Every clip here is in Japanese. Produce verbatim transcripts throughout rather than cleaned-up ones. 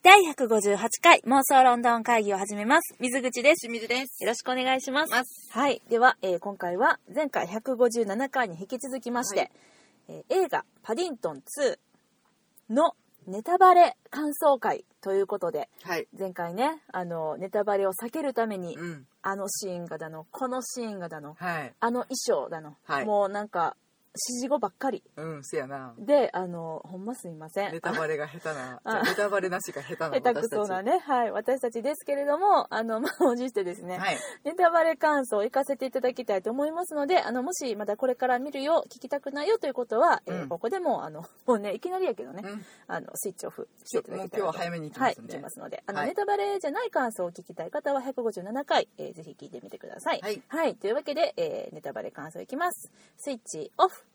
だいひゃくごじゅうはちかい妄想ロンドン会議を始めます。水口です。 清水です。 よろしくお願いします。はい。では、えー、今回は前回ひゃくごじゅうななかいに引き続きまして、はい、えー、映画パディントンツーのネタバレ感想会ということで、はい、前回ね、あのネタバレを避けるために、うん、あのシーンがだの、このシーンがだの、はい、あの衣装だの、はい、もうなんか指示語ばっかり。 うん、せやな。 で、あの、ほんますいません。 ネタバレが下手な、ネタバレなしが下手な私たち。下手くそなね、はい、私たちですけれども、あの、満を持してですね、はい、ネタバレ感想を行かせていただきたいと思いますので、あの、もしまだこれから見るよ、聞きたくないよということは、うん、えー、ここでも、あの、もうね、いきなりやけどね、うん、あの、スイッチオフしていただきたいと。 もう今日は早めに行きますんで。 はい、行きますので、あの、はい、ネタバレじゃない感想を聞きたい方はひゃくごじゅうななかい、えー、ぜひ聞いてみてください。はい。はい、というわけで、えー、ネタバレ感想いきます。スイッチオフ。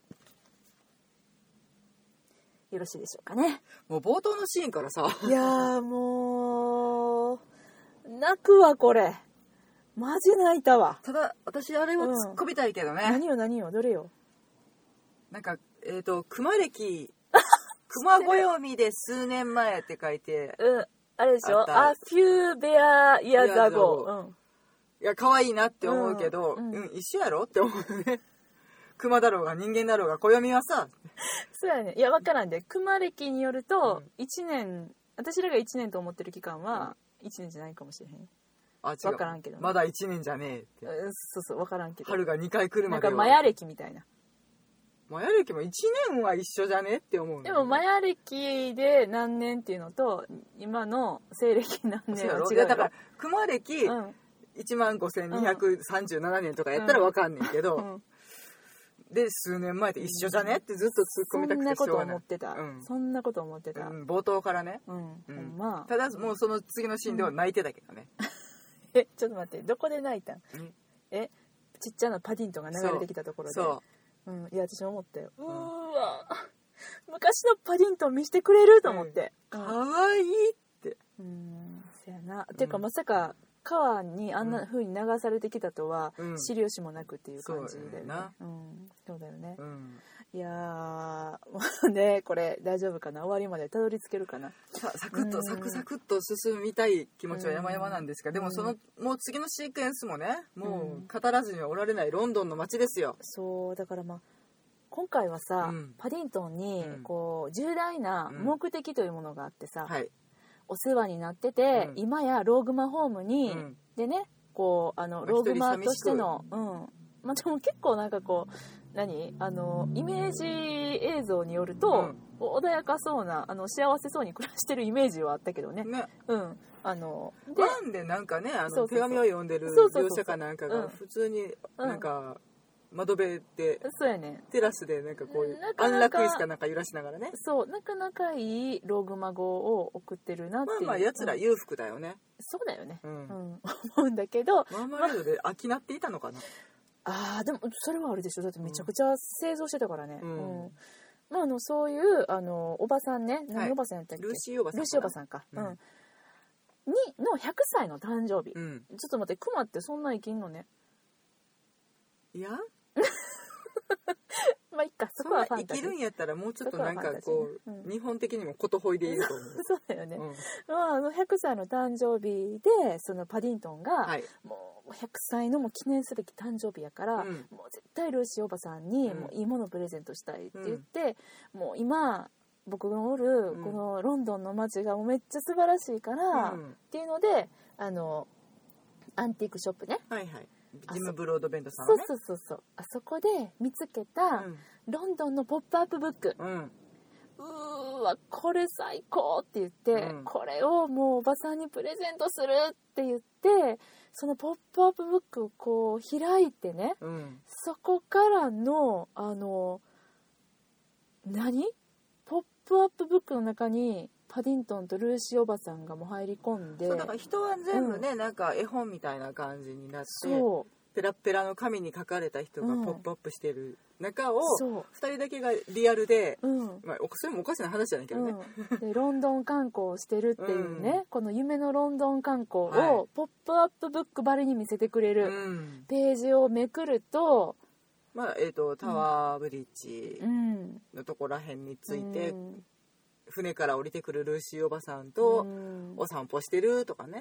よろしいでしょうかね。 もう冒頭のシーンからさ、 いやーもう泣くわこれ、マジ泣いたわ。 ただ私あれを突っ込みたいけどね、 うん、何よ何よ、どれよ。 なんかえっ、ー、と熊歴熊暦で数年前って書いて、 うん、あれでしょ、A few bear years ago、うん、 いや可愛いなって思うけど、うんうん、一緒やろって思うね。熊だろうが人間だろうが暦はさ、 そうやね。いや分からんで、熊暦によるといちねん、うん、私らがいちねんと思ってる期間はいちねんじゃないかもしれへん。 あ、違う、 分からんけど、ね、 まだいちねんじゃねえって、 うん、そうそう分からんけど、 春がにかい来るまではなんかマヤ暦みたいな、 マヤ暦もいちねんは一緒じゃねって思う、ね、 でもマヤ暦で何年っていうのと今の西暦何年は違うよ。 だから熊暦、うん、いちまんごせんにひゃくさんじゅうななねんとかやったら分かんねんけど、うんうん、で数年前って一緒じゃねってずっと突っ込みたくてしょうがない。 そんなこと思ってた、うん、そんなこと思ってた、 うん、冒頭からね、 うんうん、まあ、 ただもうその次のシーンでは泣いてたけどね、 うん、えちょっと待って、どこで泣いたん、うん、えちっちゃなパディントンが流れてきたところで、そう、うん、いや私思ったよ、うん、うーわ昔のパディントン見せてくれると思って、 うん、かわいいって、 うん、そやな、うん、ていうかまさか川にあんな風に流されてきたとは知る由もなくっていう感じだよね、うん、うん、そうだよね、うん、いやーもうね、これ大丈夫かな、終わりまでたどり着けるかな。 さサクッとサクサクっと進みたい気持ちは山々なんですが、でもそのもう次のシークエンスもね、もう語らずにはおられないロンドンの街ですよ。 そうだからまあ今回はさ、うん、パディントンにこう重大な目的というものがあってさ、うん、はい、お世話になってて、うん、今やローグマホームに、うん、でね、こうあのローグマとしての、うん、まあ、でも結構なんかこう何あのイメージ映像によると、うん、穏やかそうなあの幸せそうに暮らしてるイメージはあったけどね。ね、うん、あのでワンでなんかね、あの手紙を読んでる描写かなんかが普通になんか、うん、窓辺で、 そうやね、 テラスでなんかこういう安楽椅子かなんか揺らしながらね、 そう、なかなかいいローグマ語を送ってるなっていう。 まあまあやつら裕福だよね、うん、 そうだよね、うんうん、思うんだけど、 マーマレードで飽きなっていたのかな、 あーでもそれはあるでしょ、だってめちゃくちゃ製造してたからね、うんうん、まあ、あのそういうあのおばさんね、何おばさんやったっけ、 ルーシーおばさんかな、 ルーシーおばさんか、うん、にのひゃくさいの誕生日、うん、ちょっと待って、クマってそんな生きんのね。いやまあいっか、そこはファンタジー。 生きるんやったらもうちょっとなんかこう、うん、日本的にもことほいでいると思う。 そうだよね、うん、まあ、あのひゃくさいの誕生日でそのパディントンが、はい、もうひゃくさいのも記念すべき誕生日やから、うん、もう絶対ルーシーおばさんに、もういいものをプレゼントしたいって言って、うん、もう今僕がおるこのロンドンの街がもうめっちゃ素晴らしいから、うん、っていうので、あのアンティークショップね、はいはい、 ジム・ブロードベントさんはね、 そうそうそうそう、あそこで見つけたロンドンのポップアップブック、うん、うーわこれ最高って言って、うん、これをもうおばさんにプレゼントするって言って、そのポップアップブックをこう開いてね、うん、そこからのあの何ポップアップブックの中にパディントンとルーシーおばさんがもう入り込んで、 そうだから人は全部ね、うん、なんか絵本みたいな感じになって、そうペラッペラの紙に書かれた人がポップアップしてる中を、うん、ふたりだけがリアルで、うんまあ、それもおかしな話じゃないけどね、 うん、でロンドン観光をしてるっていうね、うん、この夢のロンドン観光をポップアップブックばりに見せてくれる、うん、ページをめくると、 まあえーと、タワーブリッジのとこら辺について、うん船から降りてくるルーシーおばさんとお散歩してるとかね、 うん、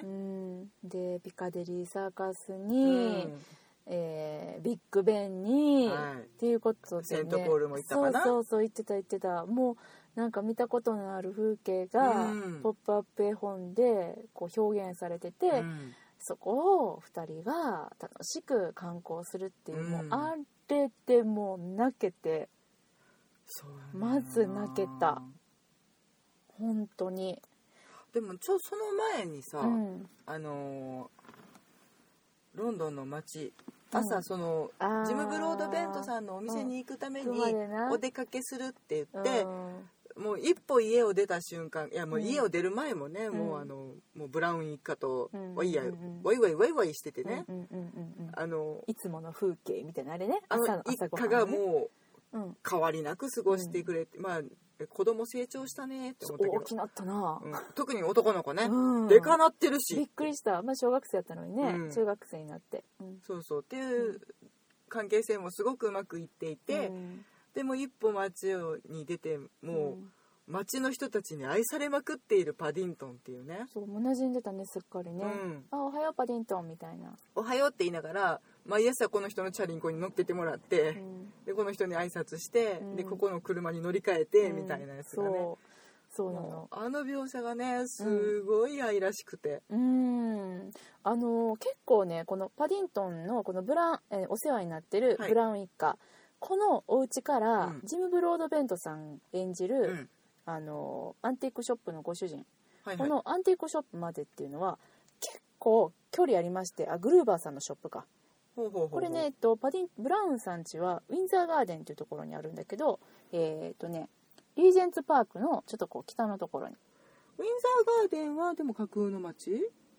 でピカデリーサーカスに、うんえー、ビッグベンに、はい、っていうことで、ね、 セントポールも行ったかな。 そうそうそう言ってた言ってた。もうなんか見たことのある風景が、うん、ポップアップ絵本でこう表現されてて、うん、そこをふたりが楽しく観光するっていう、うん、もうあれでもう泣けて、そうまず泣けた本当に。 でもちょその前にさ、うん、あのー、ロンドンの街朝その、うん、ジム・ブロードベントさんのお店に行くためにお出かけするって言って、うん、もう一歩家を出た瞬間、いやもう家を出る前もね、うん、もうあのもうブラウン一家とワイヤイワイワイワイワイしててね、 あのいつもの風景みたいなあれね、 朝の朝ごはんね、一家がもう変わりなく過ごしてくれて、うん、まあ子供成長したねって思ったけど大きなったな、 うん、特に男の子ね、うん、でかなってるしびっくりした、まあ、小学生やったのにね、うん、中学生になって、 うん、そうそうっていう関係性もすごくうまくいっていて、うん、でも一歩街に出てもう、うん街の人たちに愛されまくっているパディントンっていうね。 そう、馴染んでたね、すっかりね、うん、あ、おはようパディントンみたいな、 おはようって言いながら毎朝この人のチャリンコに乗っけてもらって、うん、でこの人に挨拶して、うん、でここの車に乗り換えて、うん、みたいなやつがね、そうそうなの。あの描写がねすごい愛らしくて、 うん、うんあの結構ねこのパディントンのこのブラン、えー、お世話になってるブラウン一家、はい、このお家から、うん、ジム・ブロードベントさん演じる、うんあのアンティークショップのご主人、はいはい、このアンティークショップまでっていうのは結構距離ありまして、あグルーバーさんのショップか、ほうほうほうほうこれね、えっと、パディンブラウンさん家はウィンザーガーデンっていうところにあるんだけど、えー、っとねリージェンツパークのちょっとこう北のところに。 ウィンザーガーデンはでも架空の街？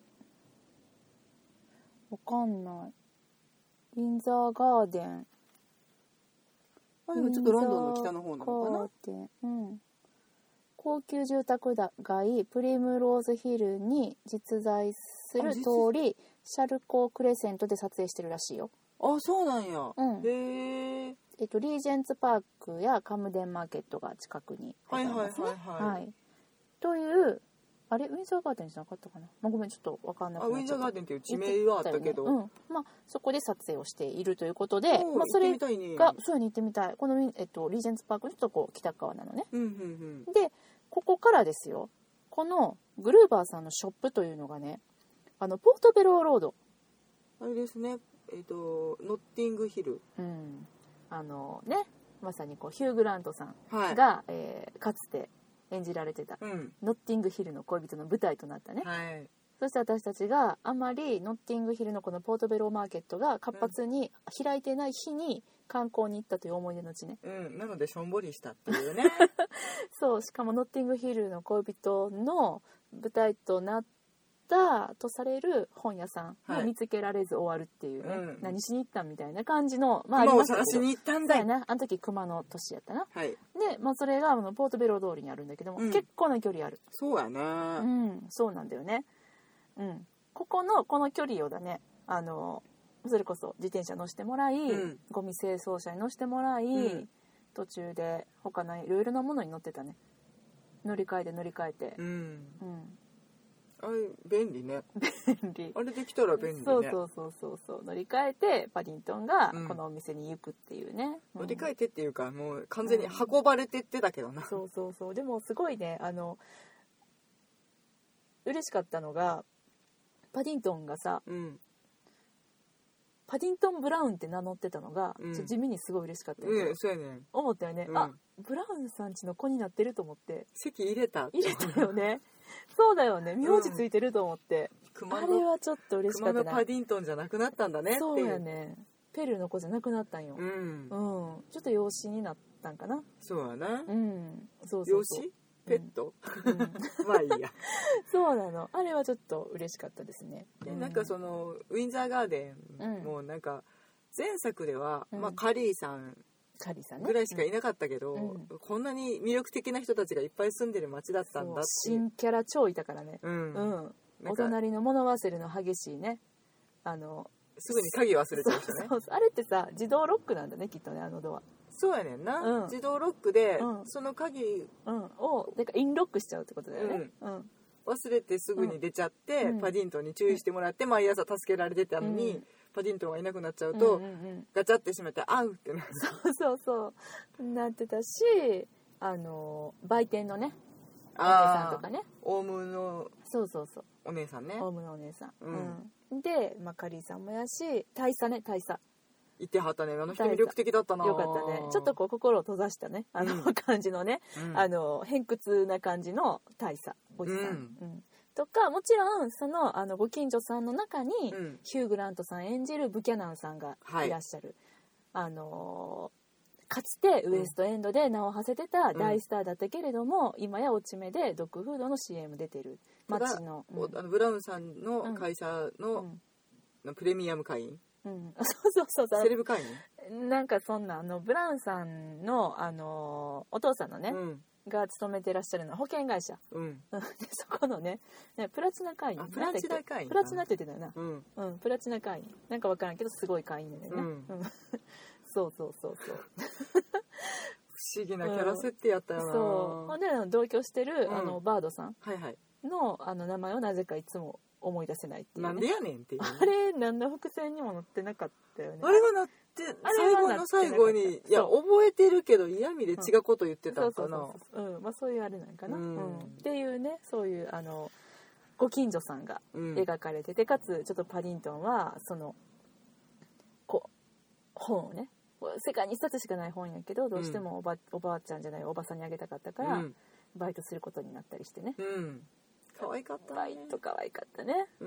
わかんない。ウィンザーガーデン、 あでもちょっとロンドンの北の方なのかな。 うん高級住宅街プリムローズヒルに実在する通りシャルコークレセントで撮影してるらしいよ。 あ、そうなんや、 うん、へえ、えっと、リージェンツパークやカムデンマーケットが近くにありますね。はいはいはい、はい、というあれウィンザーガーデンじゃなかったかな、まあ、ごめんちょっと分かんなくなっちゃった。 あウィンザーガーデンっていう地名はあったけど、ねうんまあ、そこで撮影をしているということで、まあ、それがそういうに行ってみたい。この、えっと、リージェンツパークのちょっとこう北側なのね、うんうんうん、でここからですよ、このグルーバーさんのショップというのがね、あのポートベローロードあれですね、えーと、ノッティングヒル、 うん、あのねまさにこうヒュー・グラントさんが、はいえー、かつて演じられてた、うん、ノッティングヒルの恋人の舞台となったね、はい、そして私たちがあまりノッティングヒルのこのポートベローマーケットが活発に開いてない日に観光に行ったという思い出の地ね、 うん、なのでしょんぼりしたっていうねそうしかもノッティングヒルの恋人の舞台となったとされる本屋さんを見つけられず終わるっていうね、はいうん、何しに行ったんみたいな感じの、まあ、 熊を探しに行ったんだよね。あの時熊の年やったな、はい、で、まあ、それがあのポートベロー通りにあるんだけども、うん、結構な距離ある。 そうやね、 うん、そうなんだよね、うん、ここのこの距離をだねあのそれこそ自転車乗せてもらい、うん、ゴミ清掃車に乗せてもらい、うん、途中で他のいろいろなものに乗ってたね。乗り換えて乗り換えて、うんうん、 あれ便利ね。 便利。 あれできたら便利ね。 そうそうそうそうそう乗り換えてパディントンがこのお店に行くっていうね、 うん、乗り換えてっていうかもう完全に運ばれてってだけどな、 うん、そうそうそうでもすごいねあの嬉しかったのがパディントンがさ、うんパディントン・ブラウンって名乗ってたのが、うん、ちょ地味にすごい嬉しかったよ、 うん、そうやね思ったよね、うん、あブラウンさんちの子になってると思って席入れた入れたよねそうだよね名字ついてると思って、うん、あれはちょっと嬉しかったな。 熊のパディントンじゃなくなったんだねっていう。 そうやねペルーの子じゃなくなったんよ、うん、うん、ちょっと養子になったんかな。 そうやな、 うん、そうそうそう養子ペット、うん、まあいいやそうなのあれはちょっと嬉しかったですね。 でなんかそのウィンザーガーデンもなんか前作では、うんまあ、カリーさんぐらいしかいなかったけど、うん、こんなに魅力的な人たちがいっぱい住んでる街だったんだって新キャラ超いたからね、うんうん、お隣の物忘れの激しいねあのすぐに鍵忘れちゃう人ね。 そうそうあれってさ自動ロックなんだねきっとねあのドア。 そうやねんな、うん、自動ロックで、うん、その鍵、 うん、をだからインロックしちゃうってことだよね、うんうん、 忘れてすぐに出ちゃって、うん、パディントンに注意してもらって、うん、毎朝助けられてたのに、うん、パディントンがいなくなっちゃうと、うんうんうん、ガチャって閉めてあうってなる。 そうそうそうなってたし、あの売店のねお姉さんとかね、 オウムのそうそうそうお姉さんね、 オウムのお姉さん、うんうん、で、まあ、カリーさんもやし大佐ね大佐いてはったね。あの人魅力的だったな。 よかったね。ちょっとこう心を閉ざしたねあの、うん、感じのね、うん、あの偏屈な感じの大佐おじさん、うんうん、とかもちろんそのあのご近所さんの中に、うん、ヒュー・グラントさん演じるブキャナンさんがいらっしゃる、はい、あのかつてウエストエンドで名を馳せてた大スターだったけれども、うん、今や落ち目でドッグフードの シーエム 出てる街の、 うん、あのブラウンさんの会社の、うん、プレミアム会員、 うん、そうそうそうそうセレブ会員なんかそんなあのブラウンさんの、あのお父さんのね、うん、が勤めてらっしゃるのは保険会社、うん、でそこのねプラチナ会員プラチナ会員プラチナって言ってたよな、うんうん、プラチナ会員なんか分からんけどすごい会員だよね、うんうん、そうそうそうそう不思議なキャラ設定やったよな、うん、 そうほんで同居してる、うん、あのバードさんの、 はいはい、 あの名前をなぜかいつも思い出せないっていう、ね、 なんでやねんっていう、ね、 あれ何の伏線にも載ってなかったよね。 あれはなって最後の最後にいや覚えてるけど嫌味で違うこと言ってたのかな。 そういうあれなんかな、うんうん、っていうねそういうあのご近所さんが描かれてて、うん、かつちょっとパディントンはそのこう本をね世界に一冊しかない本やけどどうしてもおば、うん、おばあちゃんじゃないおばさんにあげたかったから、うん、バイトすることになったりしてね、 うん可愛かったね。 バイト可愛かったね。うん、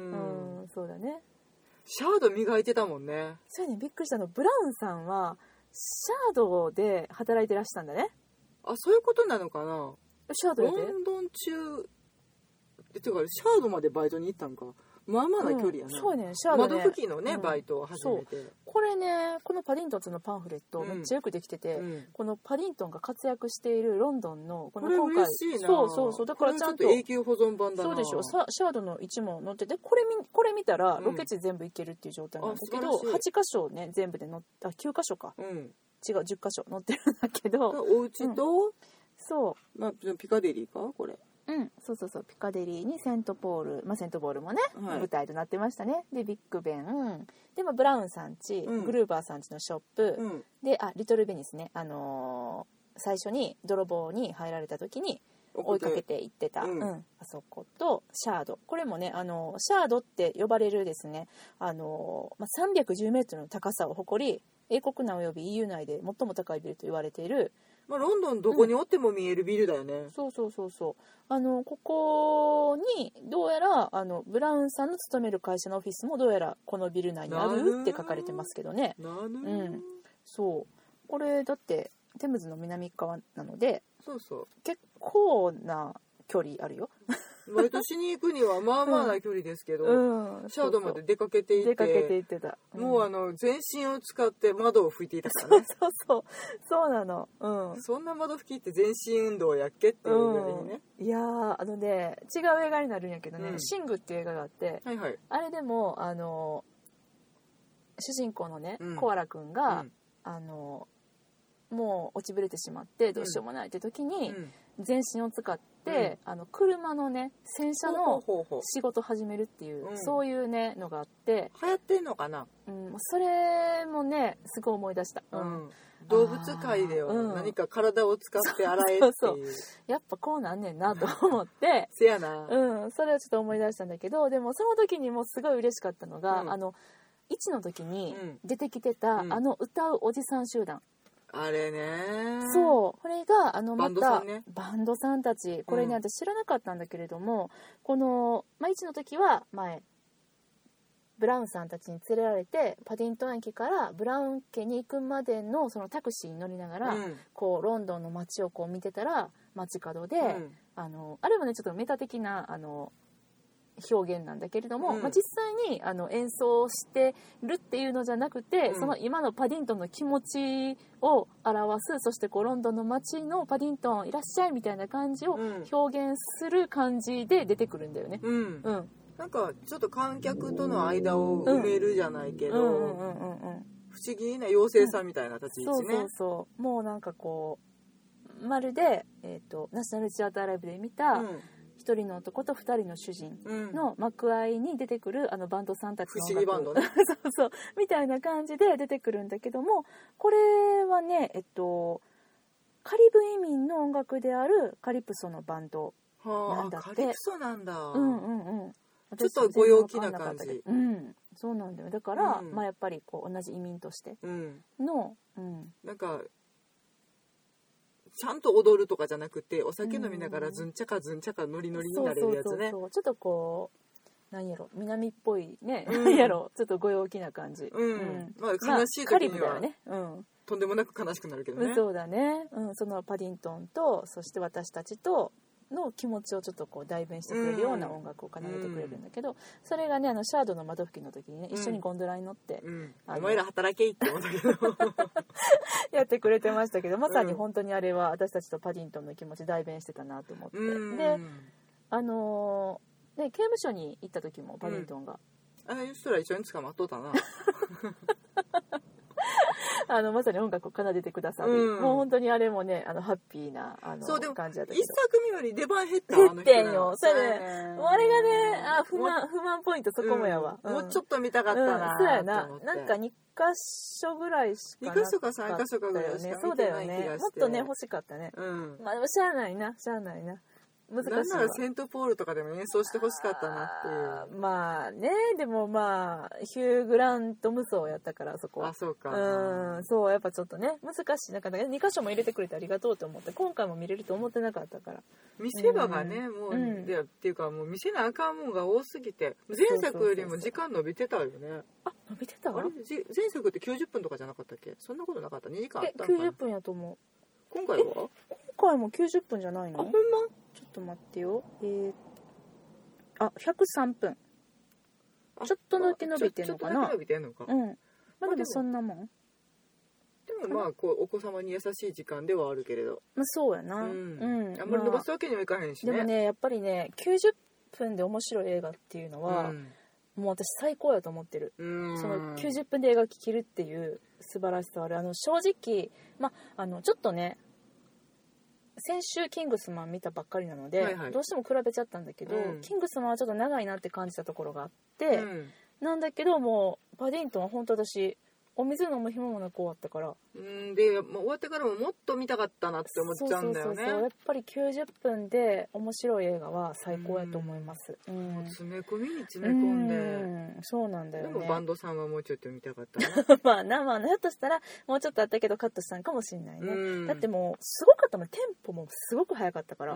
うんそうだね。 シャード磨いてたもんね。 そうやねびっくりしたの。ブラウンさんはシャードで働いてらしたんだね。 あそういうことなのかな。 シャードで。 ロンドン中っていうかシャードまでバイトに行ったんか。まあまあな距離やね、うん、そうねシャードね窓拭きのね、うん、バイトを始めてこれねこのパディントンのパンフレットめっちゃよくできてて、うん、このパディントンが活躍しているロンドンのこの今回そうそうそうだからちゃんと永久保存版だなそうでしょシャードの位置も載っててこれ見これ見たらロケ地全部いけるっていう状態なんだけど、うん、はち箇所ね全部で載ってあきゅう箇所か、うん、違うじゅっ箇所載ってるんだけどお家と、うん、 そう、 まあ、ピカデリーかこれうん、そうそうそうピカデリーにセントポール、まあ、セントポールもね、はい、舞台となってましたねでビッグベンで、まあ、ブラウンさん家、うん、グルーバーさん家のショップ、うん、であリトルベニスね、あのー、最初に泥棒に入られた時に追いかけていってた、うんうん、あそことシャードこれもね、あのー、シャードって呼ばれるですね、あのーまあ、さんびゃくじゅうメートルの高さを誇り英国内および イーユー 内で最も高いビルと言われているまあ、ロンドンどこにおっても見えるビルだよね、 うん、そうそうそうそうあのここにどうやらあのブラウンさんの勤める会社のオフィスもどうやらこのビル内にあるって書かれてますけどねなる、 うん、そうこれだってテムズの南側なのでそうそう結構な距離あるよ毎年に行くにはまあまあな距離ですけど、うん、シャードまで出かけていて出かけていってた、 うん、もうあの全身を使って窓を拭いていたからねそうそうそうなの、うん、 そんな窓拭きって全身運動やっけっていうぐらいにね、 うん、いやーあのね違う映画になるんやけどね、うん、シングっていう映画があって、 はいはい、 あれでもあの主人公のね、うん、コアラくんが、うん、あのもう落ちぶれてしまってどうしようもないって時に、うん全身を使って、うん、あの車のね洗車の仕事始めるっていう、うん、そういうねのがあって流行ってんのかな、 うん、それもねすごい思い出した、 うん、動物界では何か体を使って洗えっていう、そうそうやっぱこうなんねんなと思ってせやな、 うん、それをちょっと思い出したんだけどでもその時にもすごい嬉しかったのが、うん、あのいちの時に出てきてた、うん、あの歌うおじさん集団あれねそうこれがあのまたバンドさんねバンドさんたちこれね、うん、私知らなかったんだけれどもこの、まあ、いちの時は前ブラウンさんたちに連れられてパディントン駅からブラウン家に行くまでのそのタクシーに乗りながら、うん、こうロンドンの街をこう見てたら街角で、うん、あのあれはねちょっとメタ的なあの表現なんだけれども、うんまあ、実際にあの演奏してるっていうのじゃなくて、うん、その今のパディントンの気持ちを表すそしてこうロンドンの街のパディントンいらっしゃいみたいな感じを表現する感じで出てくるんだよね、 うんうん、なんかちょっと観客との間を埋めるじゃないけど思議な妖精さんみたいな立ち位置ね、 うん、そうそうそうもうなんかこうまるで、えーと、ナショナルシアターライブで見た、うん一人の男と二人の主人の幕間に出てくるあのバンドさんたちの音楽、 不思議バンドねそうそうみたいな感じで出てくるんだけども、これはねえっとカリブ移民の音楽であるカリプソのバンドなんだって。 はあ、カリプソなんだ。 うんうんうん。 ちょっとご陽気な感じ。 うん、そうなんだよ。だから、うん、まあやっぱりこう同じ移民としての、 うん、なんか。ちゃんと踊るとかじゃなくてお酒飲みながらズンチャカズンチャカノリノリになれるやつね。そうそうそうちょっとこう何やろ南っぽいね、うん、何やろちょっとご陽気な感じ、 うんうん、まあ悲しい時には、まあねうん、 とんでもなく悲しくなるけどね。 そうだね、うん、そのパディントンとそして私たちとの気持ちをちょっとこう代弁してくれるような音楽を奏でてくれるんだけど、うん、それがねあのシャードの窓拭きの時にね、うん、一緒にゴンドラに乗って、 うん、お前ら働けいって思ったけどやってくれてましたけどまさに本当にあれは私たちとパディントンの気持ち代弁してたなと思って、うん、であのーね、刑務所に行った時もパディントンが、 うん、ああいう人ら一緒に捕まっとったなあのまさに音楽を奏でてくださる、うん、もう本当にあれもねあのハッピーなあのそうでも感じだったけど一作目より出番減った減ってんよそれねあれがねあ不満不満ポイントそこもやわ、 うん、もうちょっと見たかったな、 うん、そうやななんかに箇所ぐらいしかなかったよね。 に箇所かさん箇所かぐらいしか見てない気がして、 ね、もっとね欲しかったね、 うん、 まあでもしゃあないなしゃあないな難しいわ。 なんならセントポールとかでも演奏してほしかったなっていう。 まあねでもまあヒュー・グラント無双やったからそこは。 あそうか。 うんそうやっぱちょっとね難しいなんかに箇所も入れてくれてありがとうと思って今回も見れると思ってなかったから。 見せ場がね、うん、もう、うん、でっていうかもう見せなあかんもんが多すぎて前作よりも時間伸びてたよね。 あ伸びてた？ あれ前作ってきゅうじゅっぷんとかじゃなかったっけ？そんなことなかった。にじかんあったのかな。 きゅうじゅっぷんやと思う。 今回は？ 今回もきゅうじゅっぷんじゃないの？ あほんま？ ちょっと待ってよ。えー、あ、ひゃくさんぷん。ちょっとだけ伸びてんのかな。 ちょっとだけ伸びてんのか。 うん。まあでもそんなもん。 でもまあこうお子様に優しい時間ではあるけれど。 まあそうやな。うん。 うん、あんまり伸ばすわけにはいかへんしね。 でもねやっぱりねきゅうじゅっぷんで面白い映画っていうのは、うん、もう私最高やと思ってる。うんそのきゅうじゅっぷんで描き切るっていう素晴らしさある。あの正直まああのちょっとね。先週キングスマン見たばっかりなので、はいはい、どうしても比べちゃったんだけど、うん、キングスマンはちょっと長いなって感じたところがあって、うん、なんだけどもうパディントンは本当私お水飲む暇もなく終わったからうんでもう終わってからももっと見たかったなって思っちゃうんだよね。そうそうそうやっぱりきゅうじゅっぷんで面白い映画は最高やと思います、 うんうん、詰め込みに詰め込んでうんそうなんだよね。 でもバンドさんはもうちょっと見たかったなまあなまあひょっとしたらもうちょっとあったけどカットしたんかもしれないね、うん、だってもうすごかったもんテンポもすごく速かったから、うん、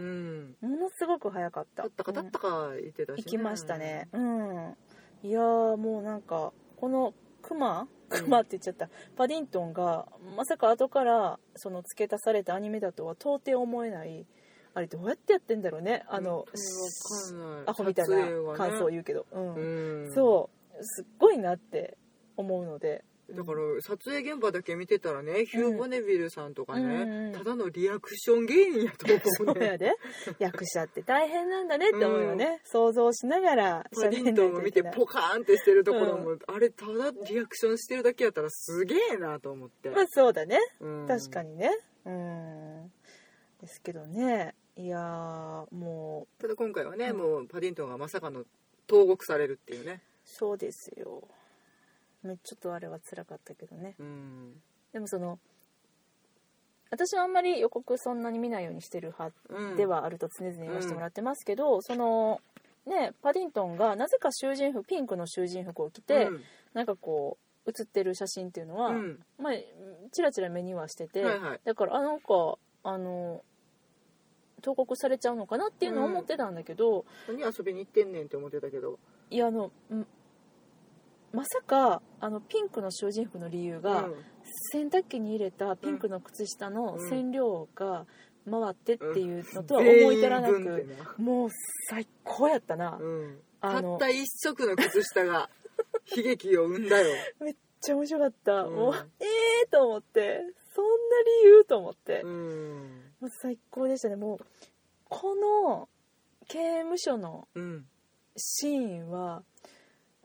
ものすごく速かったたったかたったか言ってたし、ね、 行きましたねうんいやーもうなんかこのクマクマって言っちゃった、うん、パディントンがまさか後からその付け足されたアニメだとは到底思えないあれどうやってやってんだろうねあの、 うん、 アホみたいな感想を言うけど、ねうんうん、そうすっごいなって思うのでだから撮影現場だけ見てたらね、ヒュー・ボネビルさんとかね、うん、ただのリアクション芸人やと思うね。 そうやで役者って大変なんだねって思うよね、うん、想像しながらパディントンを見てポカーンってしてるところも、うん、あれただリアクションしてるだけやったらすげえなと思って。 まあそうだね、うん、確かにねうんですけどねいやもうただ今回はね、うん、もうパディントンがまさかの投獄されるっていうね。 そうですよちょっとあれは辛かったけどね、うん、でもその私はあんまり予告そんなに見ないようにしてる派ではあると常々言わせてもらってますけど、うん、そのねパディントンがなぜか囚人服ピンクの囚人服を着て、うん、なんかこう写ってる写真っていうのは、うん、まあチラチラ目にはしてて、はいはい、だからあなんかあの投獄されちゃうのかなっていうのを思ってたんだけど、 うん、何遊びに行ってんねんって思ってたけどいやあのまさかあのピンクの囚人服の理由が、うん、洗濯機に入れたピンクの靴下の染料が回ってっていうのとは思い至らなく、うん、もう最高やったな、うん、 あのたった一色の靴下が悲劇を生んだよめっちゃ面白かった、うん、もうえーと思ってそんな理由と思って、うん、もう最高でしたね。もうこの刑務所のシーンは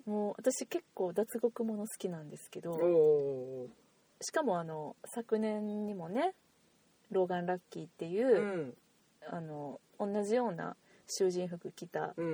もう私結構脱獄もの好きなんですけど、しかもあの昨年にもねローガン・ラッキーっていう、うん、あの同じような囚人服着た、うん、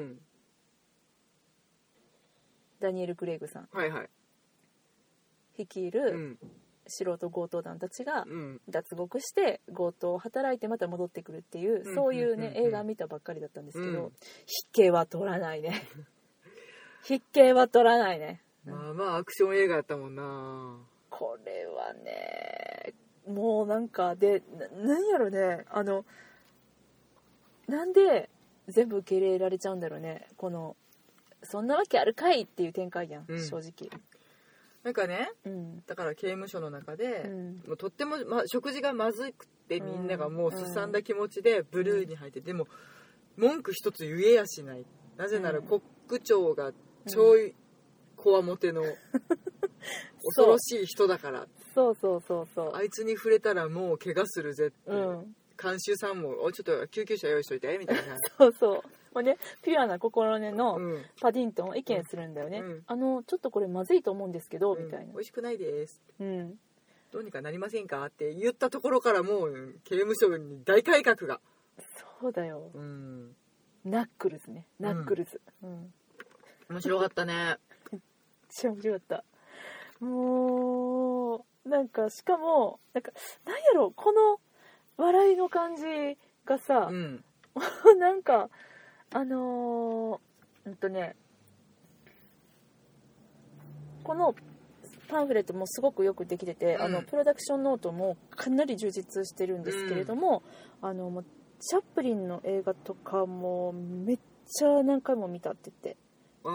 ダニエル・クレイグさん、はいはい、率いる、うん、素人強盗団たちが脱獄して強盗を働いてまた戻ってくるっていう、うん、そういうね、うん、映画見たばっかりだったんですけど、うん、筆形は取らないね筆形は取らないね。 まあまあアクション映画やったもんな。 これはねもうなんかでななんやろね、あのなんで全部受け入れられちゃうんだろうね。このそんなわけあるかいっていう展開やん、うん、正直。 なんかね、うん、だから刑務所の中で、うん、もうとっても、ま、食事がまずくってみんながもうすさんだ気持ちでブルーに入って、うん、でも文句一つ言えやしない。なぜならコック長がちょいこわもての恐ろしい人だから。 そうそうそうそう。 あいつに触れたらもう怪我するぜって、うん、監修さんもおちょっと救急車用意しといてみたいな。 そうそう。もうね、ピュアな心根のパディントンを意見するんだよね、うん、あのちょっとこれまずいと思うんですけど、うん、みたいな。 美味しくないです、うん、どうにかなりませんかって言ったところからもう刑務所に大改革が。 そうだよ、うん、ナックルズね、ナックルズ、うんうん、 面白かったね。 めっちゃ面白かった。もうなんかしかもなんかなんやろこの笑いの感じがさ、うん、なんかあのー、うんとねこのパンフレットもすごくよくできてて、うん、あのプロダクションノートもかなり充実してるんですけれども、うん、あのもうチャップリンの映画とかもめっちゃ何回も見たって言って、うん、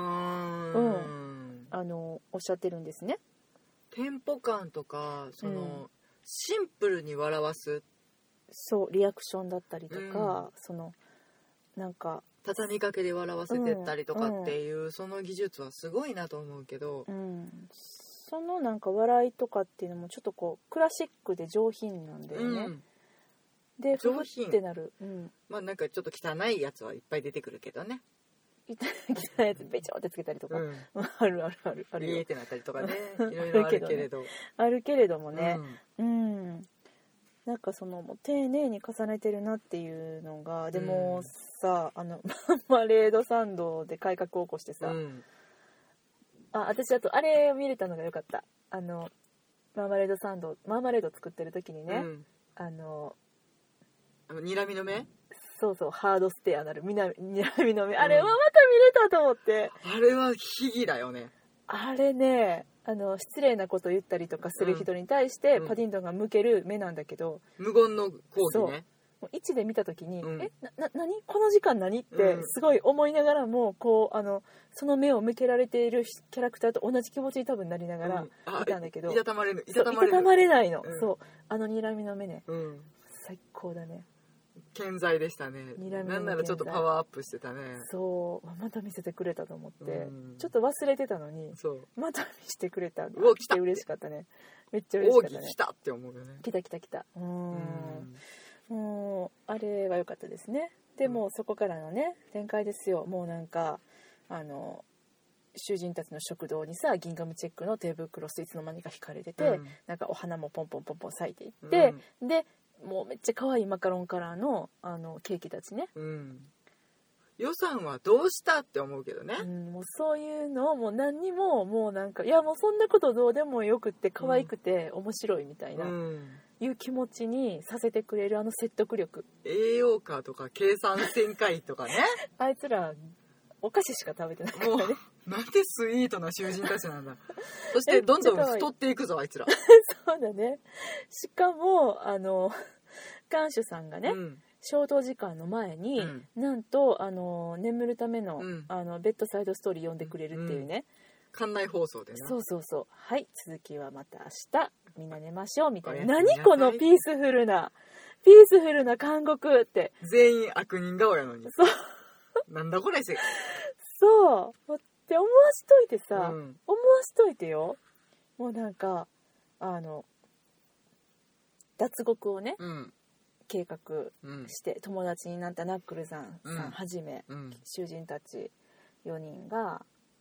あのおっしゃってるんですね。 テンポ感とかその、うん、シンプルに笑わす、 そうリアクションだったりとか、うん、そのなんか畳みかけで笑わせてったりとかっていう、うん、その技術はすごいなと思うけど、 うん、そのなんか笑いとかっていうのもちょっとこうクラシックで上品なんだよね、うん、で上品ってなる、うん、 まあなんかちょっと汚いやつはいっぱい出てくるけどね。 汚いやつべちょってつけたりとか、うん、あるあるあるあるよ。 見えてなったりとかねいろいろあるけれどあるけれどもね、うん、うん、なんかそのもう丁寧に重ねてるなっていうのが、でもさ、あのマーマレードサンドで改革を起こしてさ、うん、あ私あとあれを見れたのがよかった。あのマーマレードサンドマーマレード作ってる時にね、うん、あのあの睨みの目、 そうそうハードステアなる睨みの目、あれはまた見れたと思って、 うん、あれは悲劇だよね。 あれね、あの失礼なこと言ったりとかする人に対してパディントンが向ける目なんだけど、 うん、無言の抗議ね。 位置で見た時に、うん、えなな何この時間何ってすごい思いながらも、こうあのその目を向けられているキャラクターと同じ気持ちに多分なりながらいたんだけど、うん、 いたたまれぬいたたまれぬいたたまれないの、うん、そうあの睨みの目ね、うん、最高だね。 健在でしたね。なんならちょっとパワーアップしてたね。 そうまた見せてくれたと思って、うん、ちょっと忘れてたのにまた見せてくれたって嬉しかったね。めっちゃ嬉しかったね。 奥義来たって思うよね。 来た来た来た。うん、もうあれは良かったですね。でも、うん、そこからのね展開ですよ。もうなんかあの囚人たちの食堂にさギンガムチェックの手袋スいつの間にか引かれてて、うん、なんかお花もポンポンポンポン咲いていって、うん、でもうめっちゃ可愛いマカロンカラーのあのケーキたちね、うん、 予算はどうしたって思うけどね、 うん、もうそういうのをもう何にももうなんかいやもうそんなことどうでもよくって可愛くて面白いみたいな、うん、いう気持ちにさせてくれるあの説得力。 栄養価とか計算旋回とかねあいつらお菓子しか食べてないからね。 なんてスイートな囚人たちなんだ。そしてどんどん太っていくぞあいつら。 そうだね。しかもあの看守さんがね、うん、消灯時間の前に、うん、なんとあの眠るための、うん、あのベッドサイドストーリー読んでくれるっていうね、 うん、館内放送でね。 そうそうそう。はい続きはまた明日みんな寝ましょうみたいな。何このピースフルなピースフルな監獄って。 全員悪人顔やのに。 そう。 なんだこれせ。 そうって思わしといてさ、うん、思わしといてよ。もうなんかあの脱獄をね、うん、計画して、うん、友達になったナックルさん、うん、さんはじめ、うん、囚人たちよにんが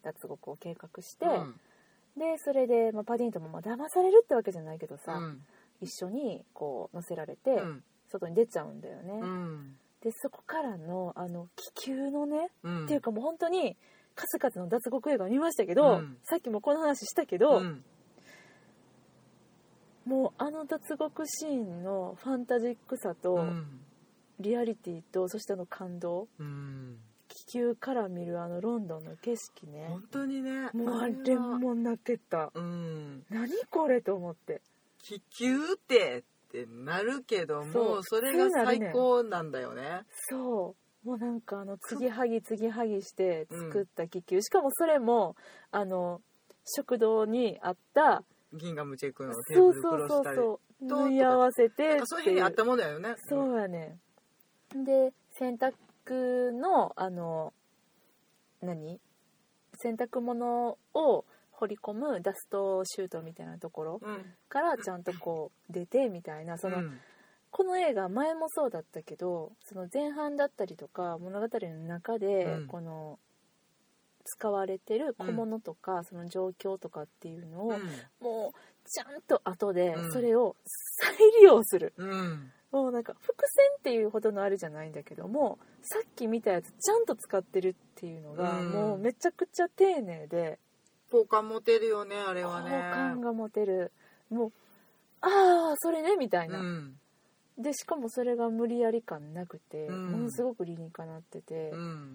脱獄を計画して、うん、でそれで、まあ、パディントンもまあ騙されるってわけじゃないけどさ、うん、一緒にこう乗せられて、うん、外に出ちゃうんだよね、うん、でそこからのあの気球のね、うん、っていうかもう本当に数々の脱獄映画を見ましたけど、うん、さっきもこの話したけど、うん、もうあの脱獄シーンのファンタジックさと、うん、リアリティとそしてあの感動、うん、気球から見るあのロンドンの景色ね、 本当にね、 もうあれも泣けた、うん、何これと思って、 気球ってってなるけども そ, それが最高なんだよね。 そうもうなんかあの継ぎはぎ継ぎはぎして作った気球、うん、しかもそれもあの食堂にあったギンガムチェックのテーブルクロスタイルと縫い合わせてそういうふうにあったものだよね。 そうやね。で洗濯のあの何洗濯物を掘り込むダストシュートみたいなところからちゃんとこう出てみたいな、その、うん、この映画前もそうだったけどその前半だったりとか物語の中で、うん、この使われてる小物とか、うん、その状況とかっていうのを、うん、もうちゃんと後でそれを再利用する、うん、もうなんか伏線っていうほどのあれじゃないんだけどもさっき見たやつちゃんと使ってるっていうのが、うん、もうめちゃくちゃ丁寧で好感持てるよねあれはね。 好感が持てる。もうああそれねみたいな、うん、でしかもそれが無理やり感なくて、うん、ものすごく理にかなってて、うん、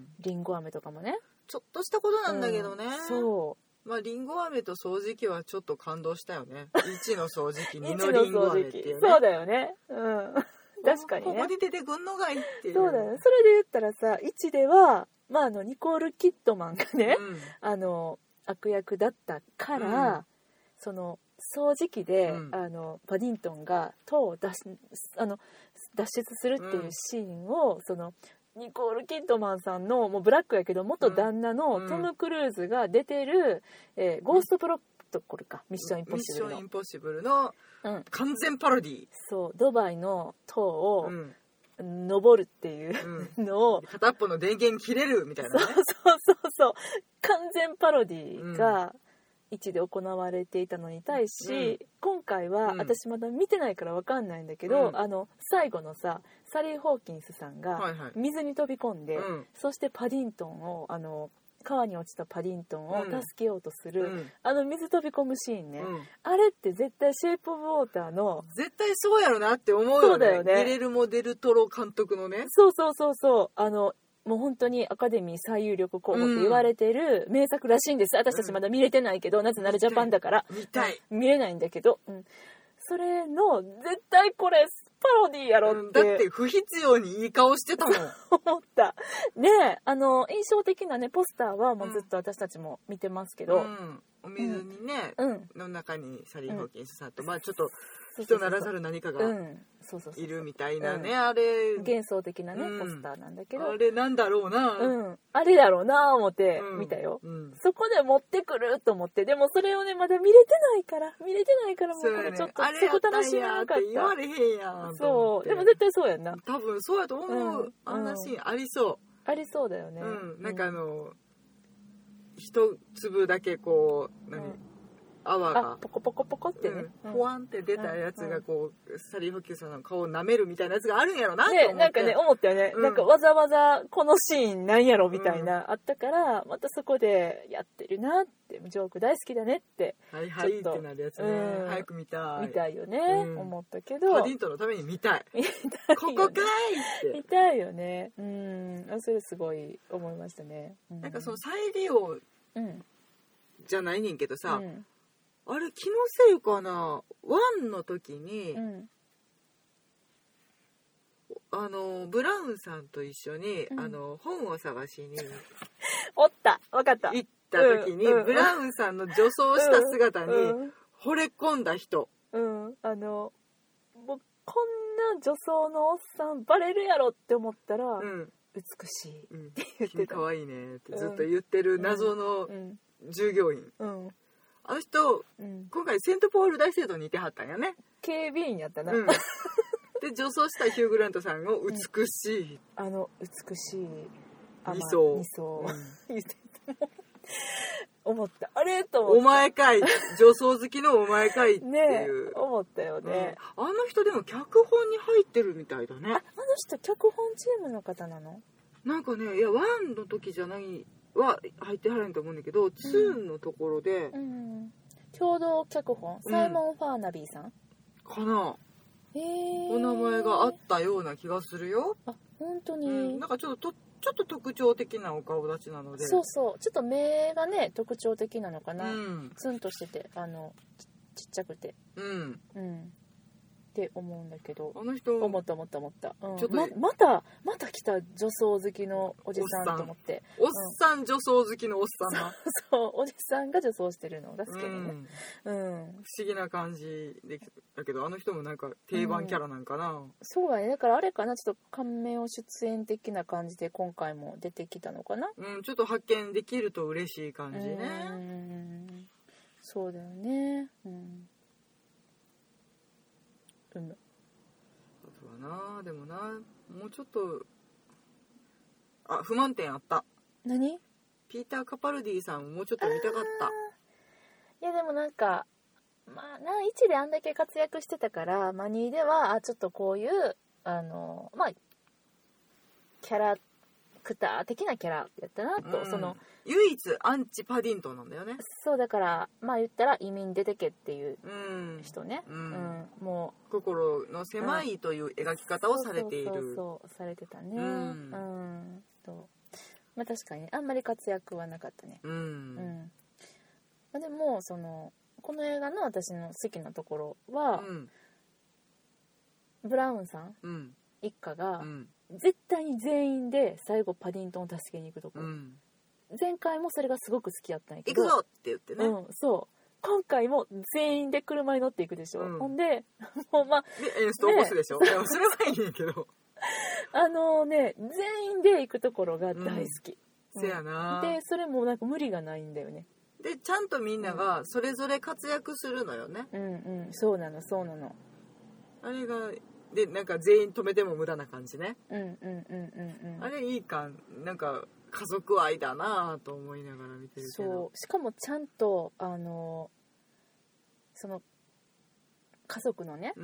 リンゴ飴とかもねちょっとしたことなんだけどね、うん、 そうまあリンゴ飴と掃除機はちょっと感動したよね。いちの掃除機にのリンゴ飴っていうね。 そうだよね、うん確かにね。 ここに出てくんのがいいっていう。 そうだよね。それで言ったらさいちでは、まあ、あのニコール・キッドマンがね、うん、あの悪役だったから、うん、その掃除機で、うん、あのパディントンが塔を脱あの脱出するっていうシーンを、うん、そのニコール・キッドマンさんのもうブラックやけど元旦那のトム・クルーズが出てる、うんえー、ゴーストプロトコルか、ミッション・インポッシブルのミッション・インポッシブルの完全パロディ、うん、 そうドバイの塔を、うん登るっていうのを、うん、 片っぽの電源切れるみたいなね。 そうそうそうそう完全パロディがいちで行われていたのに対し、うん、今回は、うん、私まだ見てないから分かんないんだけど、うん、あの最後のさサリー・ホーキンスさんが水に飛び込んで、はいはい、そしてパディントンをあの川に落ちたパディントンを助けようとする、うん、あの水飛び込むシーンね、うん、あれって絶対シェイプ・オブ・ウォーターの絶対そうやろなって思うよね。そうだよね。ギレルモ・デルトロ監督のね。 そうそうそうそうあのもう本当にアカデミー最有力候補って言われてる名作らしいんです、うん、私たちまだ見れてないけどなぜならジャパンだから見たい見れないんだけど、うん、それの絶対これパロディやろって、うん、 だって不必要にいい顔してたもん思ったねえあの印象的なねポスターはもうずっと私たちも見てますけど、うん、 お水にね、うん、の中にサリー・ホーキンスさんと、うん、まあちょっと人ならざる何かがいるみたいなね、あれ幻想的なね、うん、ポスターなんだけどあれなんだろうな、 うん、あれだろうな思って見たよ、うん、そこで持ってくると思ってでもそれをねまだ見れてないから見れてないからもうこれちょっとそこ楽しめなかったって言われへんやんそうでも絶対そうやんな多分そうやと思う、うん、あんなシーンありそう、 ありそうだよね、 うん、なんかあの一粒だけこう何、うん泡がポコポコポコってね、 うん、ポワンって出たやつがこう、うん、サリー・ホーキンスさんの顔を舐めるみたいなやつがあるんやろなと思って、 ね、なんかね思ったよね、うん、なんかわざわざこのシーンなんやろみたいな、うん、あったからまたそこでやってるなってジョーク大好きだねってはいはいってなるやつね、うん、早く見たい見たいよね、うん、思ったけどパディントンのために見たい見たい、ね、ここかいって見たいよねうんそれすごい思いましたね、 うん、なんかその再利用じゃないねんけどさ、うんあれ気のせいかなワンの時に、うん、あのブラウンさんと一緒に、うん、あの本を探しにおった分かった行った時に、うん、ブラウンさんの女装した姿に惚れ込んだ人、 うん、うん、あのもうこんな女装のおっさんバレるやろって思ったら、うん、美しいって言ってた、 可愛いねってずっと言ってる謎の従業員、うんうんあの人、うん、今回セントポール大聖堂にいてはったんやね警備員やったな、 うん、で女装したヒュー・グラントさんを美しい、うん、 あの美しい理想理想、うん、 思った。あれと思った。 お前かい、女装好きのお前かいっていう。 ね思ったよね、 うん、あの人でも脚本に入ってるみたいだね。あ、あの人脚本チームの方なの？ なんかね、いやワンの時じゃないは入ってはらんと思うんだけど、うん、ツーのところで、うん、 共同脚本サイモン・ファーナビーさん、うん、 かな。へえ。お名前があったような気がするよ。 あ、本当に、 うん、なんかちょっととちょっと特徴的なお顔立ちなので。 そうそう、ちょっと目がね特徴的なのかな、うん、ツンとしてて、あの ち, ちっちゃくて、うんうんって思うんだけど、 あの人思った思った思った、うん、ちょっと ま, またまた来た女装好きのおじさんと思って、 おっさん、うん、女装好きのおっさんなそうおじさんが女装してるのが好きでね、うん、うん、 不思議な感じでだけど、あの人もなんか定番キャラなんかな、うん、 そうだね。だからあれかな、ちょっとカメオ出演的な感じで今回も出てきたのかな、 うん、ちょっと発見できると嬉しい感じね。うん、 そうだよね、うん、うんな。でもな、もうちょっと、あ、不満点あった。 何？ ピーター・カパルディさんもうちょっと見たかった。 いやでもなんかまあないちであんだけ活躍してたから、まあにではあちょっとこういうあのまあキャラクター的なキャラやったなと、うん、その唯一アンチパディントンなんだよね。 そうだからまあ言ったら移民出てけっていう人ね、うんうんうん、もう心の狭いという描き方をされている、 そうそうそうそうされてたね、うん、うん、とまあ確かに、ね、あんまり活躍はなかったね、うん、うん、まあ、でもそのこの映画の私の好きなところは、うん、ブラウンさん、うん、一家が、うん絶対に全員で最後パディントンを助けに行くところ、うん、前回もそれがすごく好きやったんやけど、 行くぞって言ってね、 うん、そう今回も全員で車に乗っていくでしょ、うん、ほんでもうまあでエンスト起こすでしょ、ね、いやそれはいいねんけどあのね全員で行くところが大好き、 うん、せやな。 でそれもなんか無理がないんだよね。 でちゃんとみんながそれぞれ活躍するのよね、 うんうん、そうなのそうなの。 あれがでなんか全員止めても無駄な感じね。 うんうんうんうんうん。 あれいいかなんか家族愛だなと思いながら見てるけど。 そうしかもちゃんとあのその家族のね、うん、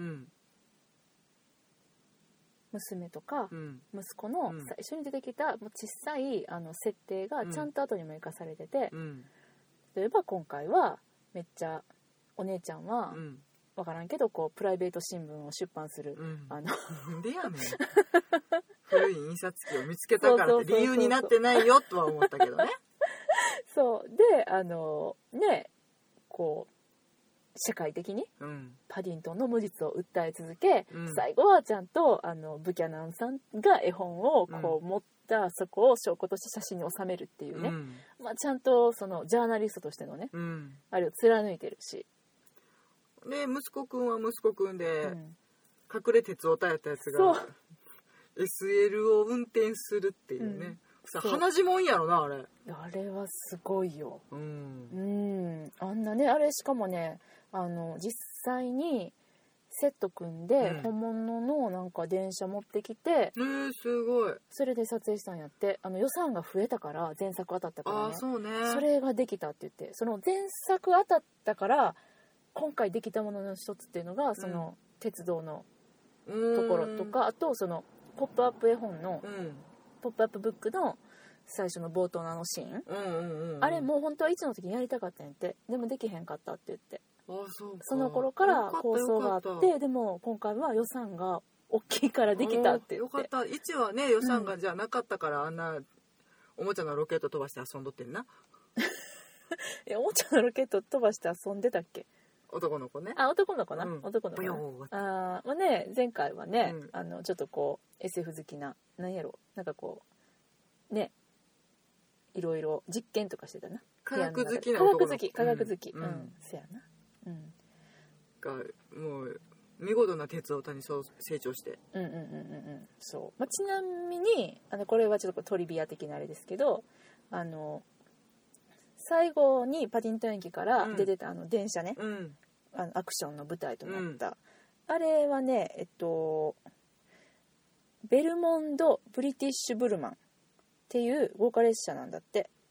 娘とか、うん、息子の最初に出てきたもう小さいあの設定がちゃんと後にも生かされてて、うん、例えば今回はめっちゃお姉ちゃんは、うん分からんけどこうプライベート新聞を出版する、うん、あのなんでやねん古い印刷機を見つけたからって理由になってないよとは思ったけどねそうであのねこう社会的にパディントンの無実を訴え続け、うん、最後はちゃんとあのブキャナンさんが絵本をこう持ったそこを証拠として写真に収めるっていうね、うんまあ、ちゃんとそのジャーナリストとしてのね、うん、あれを貫いてるしで息子くんは息子くんで、うん、隠れ鉄オタやったやつが エスエル を運転するっていうね、うん、さ鼻血もんやろなあれ。 あれはすごいよ、うん、うんあんなねあれしかもねあの実際にセット組んで、うん、本物のなんか電車持ってきて、 えー、すごいそれで撮影したんやって。あの予算が増えたから前作当たったからね。 あそうねそれができたって言って、その前作当たったから今回できたものの一つっていうのがその、うん、鉄道のところとか、あとそのポップアップ絵本の、うん、ポップアップブックの最初の冒頭のあのシーン、うんうんうんうん、あれもう本当はいつの時にやりたかったんやって。でもできへんかったって言って、 あそうかその頃から構想があって、でも今回は予算が大きいからできたって言って。 よかった。いちはね予算がじゃなかったから、うん、あんなおもちゃのロケット飛ばして遊んどってんなえおもちゃのロケット飛ばして遊んでたっけ。 男の子ね。 あ、男の子な、うん、男の子な。あまあね、前回はね、うん、あのちょっとこう エスエフ 好きな、なんやろ、なんかこうね、いろいろ実験とかしてたな。 科学好きな男の子。 科学好き、科学好き、うん、うん、せやな。うん。 がもう見事な鉄オタにそう成長して。 うんうんうんうんうん。そう。まあ、ちなみにあのこれはちょっとトリビア的なあれですけど、あの最後にパディントン駅から出てたあの電車ね。うん。あのアクションの舞台となった、うん、あれはねえっとベルモンド・ブリティッシュ・ブルマンっていう豪華列車なんだって。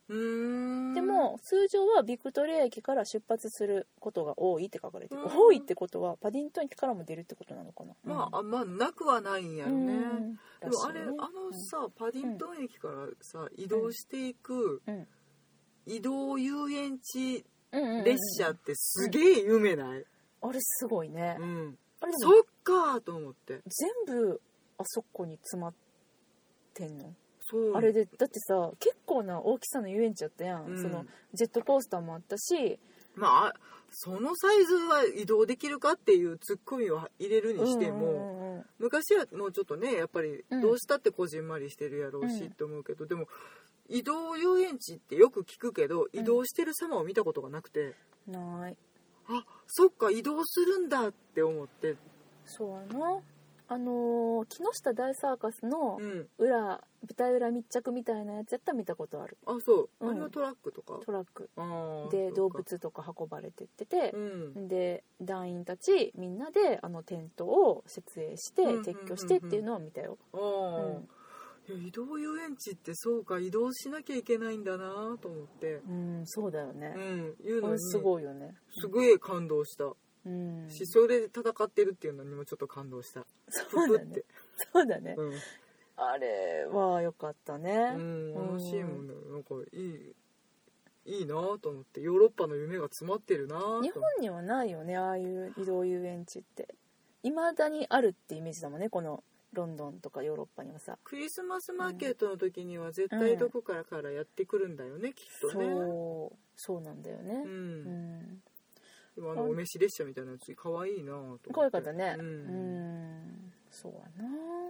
うーんでも通常はビクトリア駅から出発することが多いって書かれてる。多いってことはパディントン駅からも出るってことなのかな。 まあ、うん、まあなくはないんやろね。でもあれ、ね、あのさ、うん、パディントン駅からさ移動していく、うん、移動遊園地列車ってすげえ夢ない、うん、 あれすごいね、 うん、あれそっかと思って全部あそこに詰まってんの。そうあれでだってさ結構な大きさの遊園地やったやん、うん、そのジェットコースターもあったし、 まあそのサイズは移動できるかっていうツッコミを入れるにしても、うんうんうん、昔はもうちょっとねやっぱりどうしたってこじんまりしてるやろうしって思うけど、うん、でも移動遊園地ってよく聞くけど移動してる様を見たことがなくて、 うん、ないあそっか移動するんだって思って。 そうやなあのー、木下大サーカスの裏、うん、舞台裏密着みたいなやつやったら見たことある。 あそう、うん、あれはトラックとかトラックで動物とか運ばれてってて、うん、で団員たちみんなであのテントを設営して撤去してっていうのを見たよ、うんうん、移動遊園地ってそうか移動しなきゃいけないんだなと思って、 うん、そうだよね、 うん、いうのにすごいよねすごい感動した、うん、しそれで戦ってるっていうのにもちょっと感動した。 そうだねそうだね、うん、あれは良かったね。 うん、あのシーンもねなんかいいいいなと思ってヨーロッパの夢が詰まってるなと。 日本にはないよねああいう移動遊園地って未だにあるってイメージだもんねこのロンドンとかヨーロッパにはさ。 クリスマスマーケットの時には絶対どこからからやってくるんだよね、うん、きっとね。 そうそうなんだよね、うんうんでもあのお召し列車みたいなやつ可愛いなと思って。 可愛かったね。うん、うんそうやな。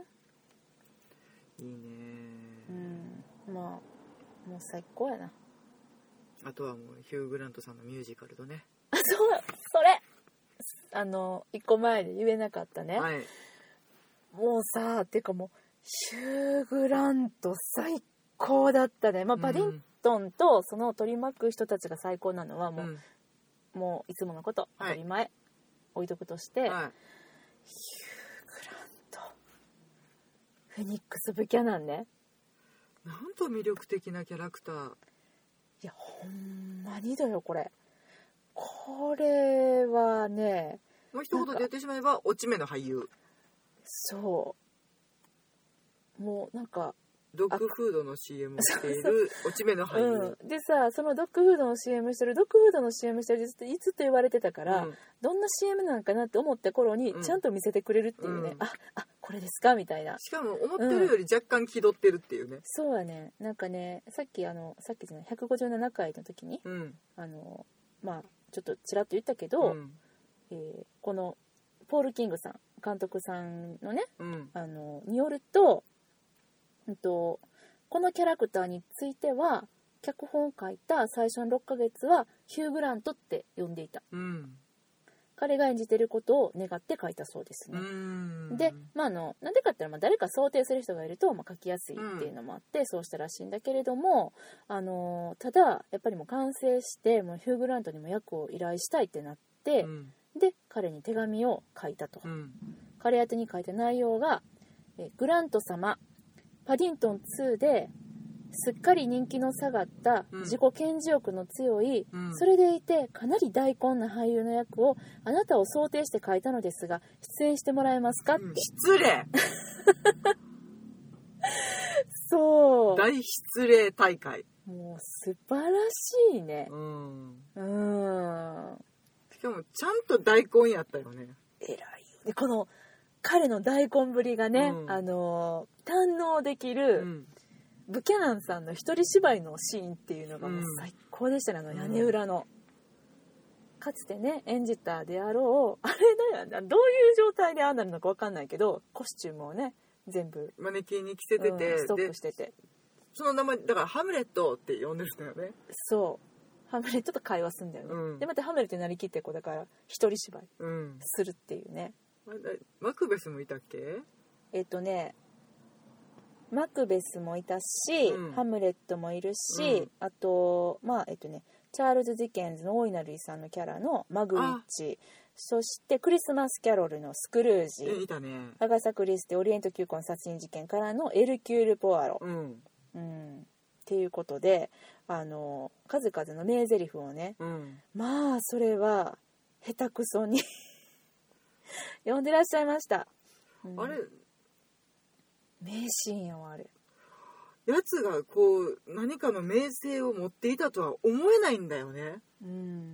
いいね。 うんまあもう最高やな。 あとはもうヒュー・グラントさんのミュージカルとね。 あそうそれあの一個前で言えなかったね。はい。もうさっていうかもうヒュー・グラント最高だったね。まあパディントンとその取り巻く人たちが最高なのはもう。うんもういつものこと当たり前、はい、置いとくとして、はい、ヒュー・グラントフェニックス・ブキャナンね。 なんと魅力的なキャラクター。 いやほんまにだよこれこれはねもう一言で言ってしまえば落ち目の俳優。 そうもうなんかドッグフードの シーエム をしている落ち目の俳優、 うん、でさそのドッグフードの シーエム してるドッグフードの シーエム してるっていつって言われてたから、うん、どんな シーエム なんかなって思った頃にちゃんと見せてくれるっていうね、うん、ああこれですかみたいな。 しかも思ってるより若干気取ってるっていうね、うん、 そうやねなんかねさっきあのさっきじゃないひゃくごじゅうななかいの時に、うん、あのまあちょっとちらっと言ったけど、うんえー、このポール・キングさん監督さんのね、うん、あのによると、うんとこのキャラクターについては脚本を書いた最初のろっかげつはヒュー・グラントって呼んでいた、うん、彼が演じてることを願って書いたそうですね。で、まあ、あのなんでかっていうのは誰か想定する人がいると、まあ、書きやすいっていうのもあって、うん、そうしたらしいんだけれどもあのただやっぱりもう完成してもうヒュー・グラントにも役を依頼したいってなって、うん、で彼に手紙を書いたと、うん、彼宛てに書いた内容がえグラント様パディントンツーですっかり人気の下がった自己顕示欲の強い、うん、それでいてかなり大根な俳優の役をあなたを想定して書いたのですが出演してもらえますかって、うん、 失礼そう大失礼大会もう素晴らしいねうんうんしかもちゃんと大根やったよね偉いよでこの彼の大根ぶりがね、うん、あの堪能できる、うん、ブキャナンさんの一人芝居のシーンっていうのがもう最高でしたね、うん、あの屋根裏の、うん、かつてね演じたであろうあれだよどういう状態でああなるのか分かんないけどコスチュームをね全部マネキンに着せてて、うん、 ストックしててその名前だからハムレットって呼んでるんだよね。 そうハムレットと会話するんだよね、うん、でまたハムレットになりきってこうだから一人芝居するっていうね、 うん、マクベスもいたっけ？ えっとねマクベスもいたし、うん、ハムレットもいるし、うん、あとまあえっとねチャールズ・ディケンズの大いなる遺産のキャラのマグリッチ、そしてクリスマスキャロルのスクルージ、 いたね、 アガサ・クリステオリエント急行の殺人事件からのエルキュール・ポアロ、うんうん、 っていうことであの数々の名台詞をね、うん、まあそれは下手くそに読んでらっしゃいました、 うん、あれ名シーンよあれ。 やつがこう何かの名声を持っていたとは思えないんだよね。 うん、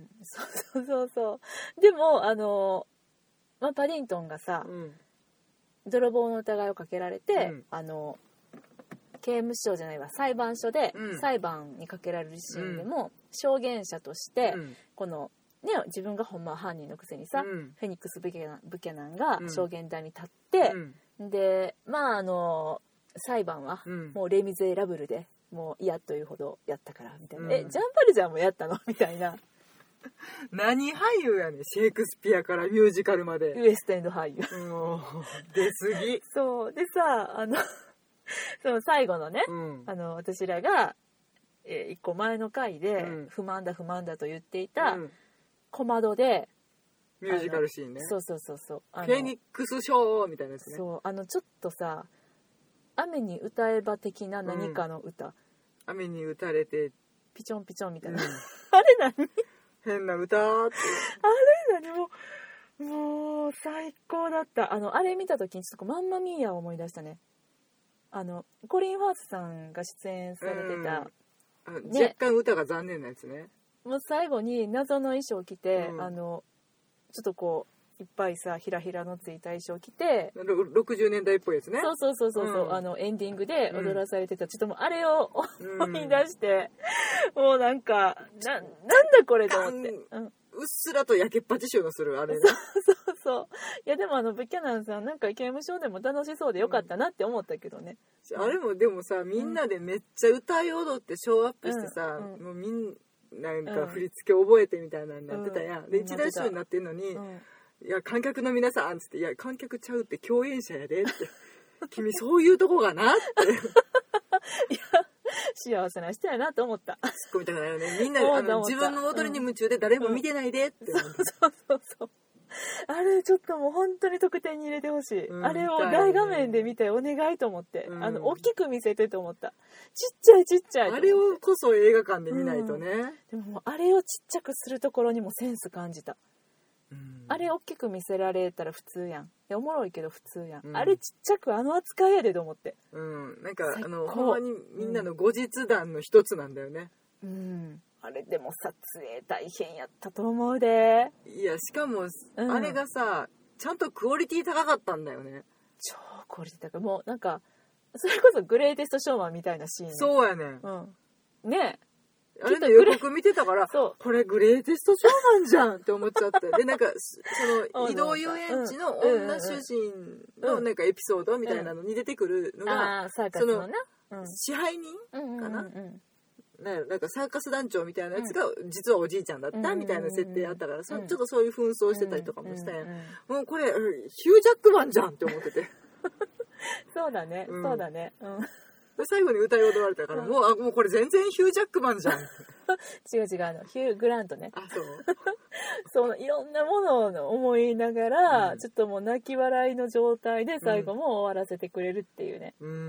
そうそうそうそう。でもあの、まあ、パディントンがさ、うん、泥棒の疑いをかけられて、うん、あの刑務所じゃないわ裁判所で裁判にかけられるシーンでも、うん、証言者として、うん、このね自分がほんま犯人のくせにさ、うん、フェニックス・ブキャナン、ブキャナンが証言台に立って、うん、でまああの裁判はもうレ・ミゼラブルでもう嫌というほどやったからみたいな、うん、えジャン・バルジャンもやったのみたいな何俳優やねん。シェイクスピアからミュージカルまでウエストエンド俳優出過ぎ。 そうでさあのその最後のね、うん、あの私らが、えー、いっこまえの回で、うん、不満だ不満だと言っていた、うん、小窓でミュージカルシーンね。 そうそうそうそうフェニックスショーみたいなやつね。 そうあのちょっとさ雨に歌えば的な何かの歌、うん、 雨に打たれてピチョンピチョンみたいな、うん、あれ何変な歌ってあれ何もうもう最高だった。あのあれ見た時にちょっとマンマミーヤを思い出したね。あのコリン・ファースさんが出演されてた、 うん、ね、若干歌が残念なやつね。 もう最後に謎の衣装を着て、うん、あのちょっとこういっぱいさひらひらのついた衣装着てろくじゅうねんだいっぽいやつね。 そうそうそうそう、うん、あのエンディングで踊らされてた、うん、ちょっともうあれを思い出して、うん、もうなんか な, なんだこれと思って、うん、うっすらと焼けっぱち臭のするあれね。 そうそうそういやでもあのブキャナンさんなんか刑務所でも楽しそうでよかったなって思ったけどね、 うん、あれもでもさみんなでめっちゃ歌い踊ってショーアップしてさ、うんうん、もうみんななんか振り付け覚えてみたいなのになってたやん、うん、で一大ショーになってんのに、うん、いや観客の皆さんっつっていや観客ちゃうって共演者やでって君そういうとこがなっていや幸せな人やなと思った。 ツッコみたくなるよね。みんなあの自分の踊りに夢中で誰も見てないでって、うん、 そうそうそうそうあれちょっともう本当に得点に入れてほしい、うん、あれを大画面で見てお願いと思って、うん、あの大きく見せてと思った。ちっちゃいちっちゃいあれをこそ映画館で見ないとね、 うん、でもあれをちっちゃくするところにもセンス感じた、うん、あれ大きく見せられたら普通やん。いやおもろいけど普通やん、うん、あれちっちゃくあの扱いやでと思って、 うん、なんかあのほんまにみんなの後日談の一つなんだよね。 うん、うんあれでも撮影大変やったと思うで。 いやしかも、うん、あれがさちゃんとクオリティ高かったんだよね。 超クオリティ高い。もうなんかそれこそグレイテストショーマンみたいなシーン。 そうやねん、 うん、ねえあれの予告見てたからこれグレイテストショーマンじゃんって思っちゃってでなんかその移動遊園地の女主人のなんかエピソードみたいなのに出てくるのが、 うん、サーカスのな、 その支配人かな、うんうんうんうんなんかサーカス団長みたいなやつが実はおじいちゃんだったみたいな設定あったから、うん、ちょっとそういう紛争してたりとかもしたやん、うんうんうん、もうこれヒュージャックマンじゃんって思っててそうだね、うん、そうだね、うん、 最後に歌い踊られたから、うん、もうあもうこれ全然ヒュージャックマンじゃん違う違うあのヒュー・グラントね。 あそうそういろんなものを思いながら、うん、ちょっともう泣き笑いの状態で最後も終わらせてくれるっていうね、 うん、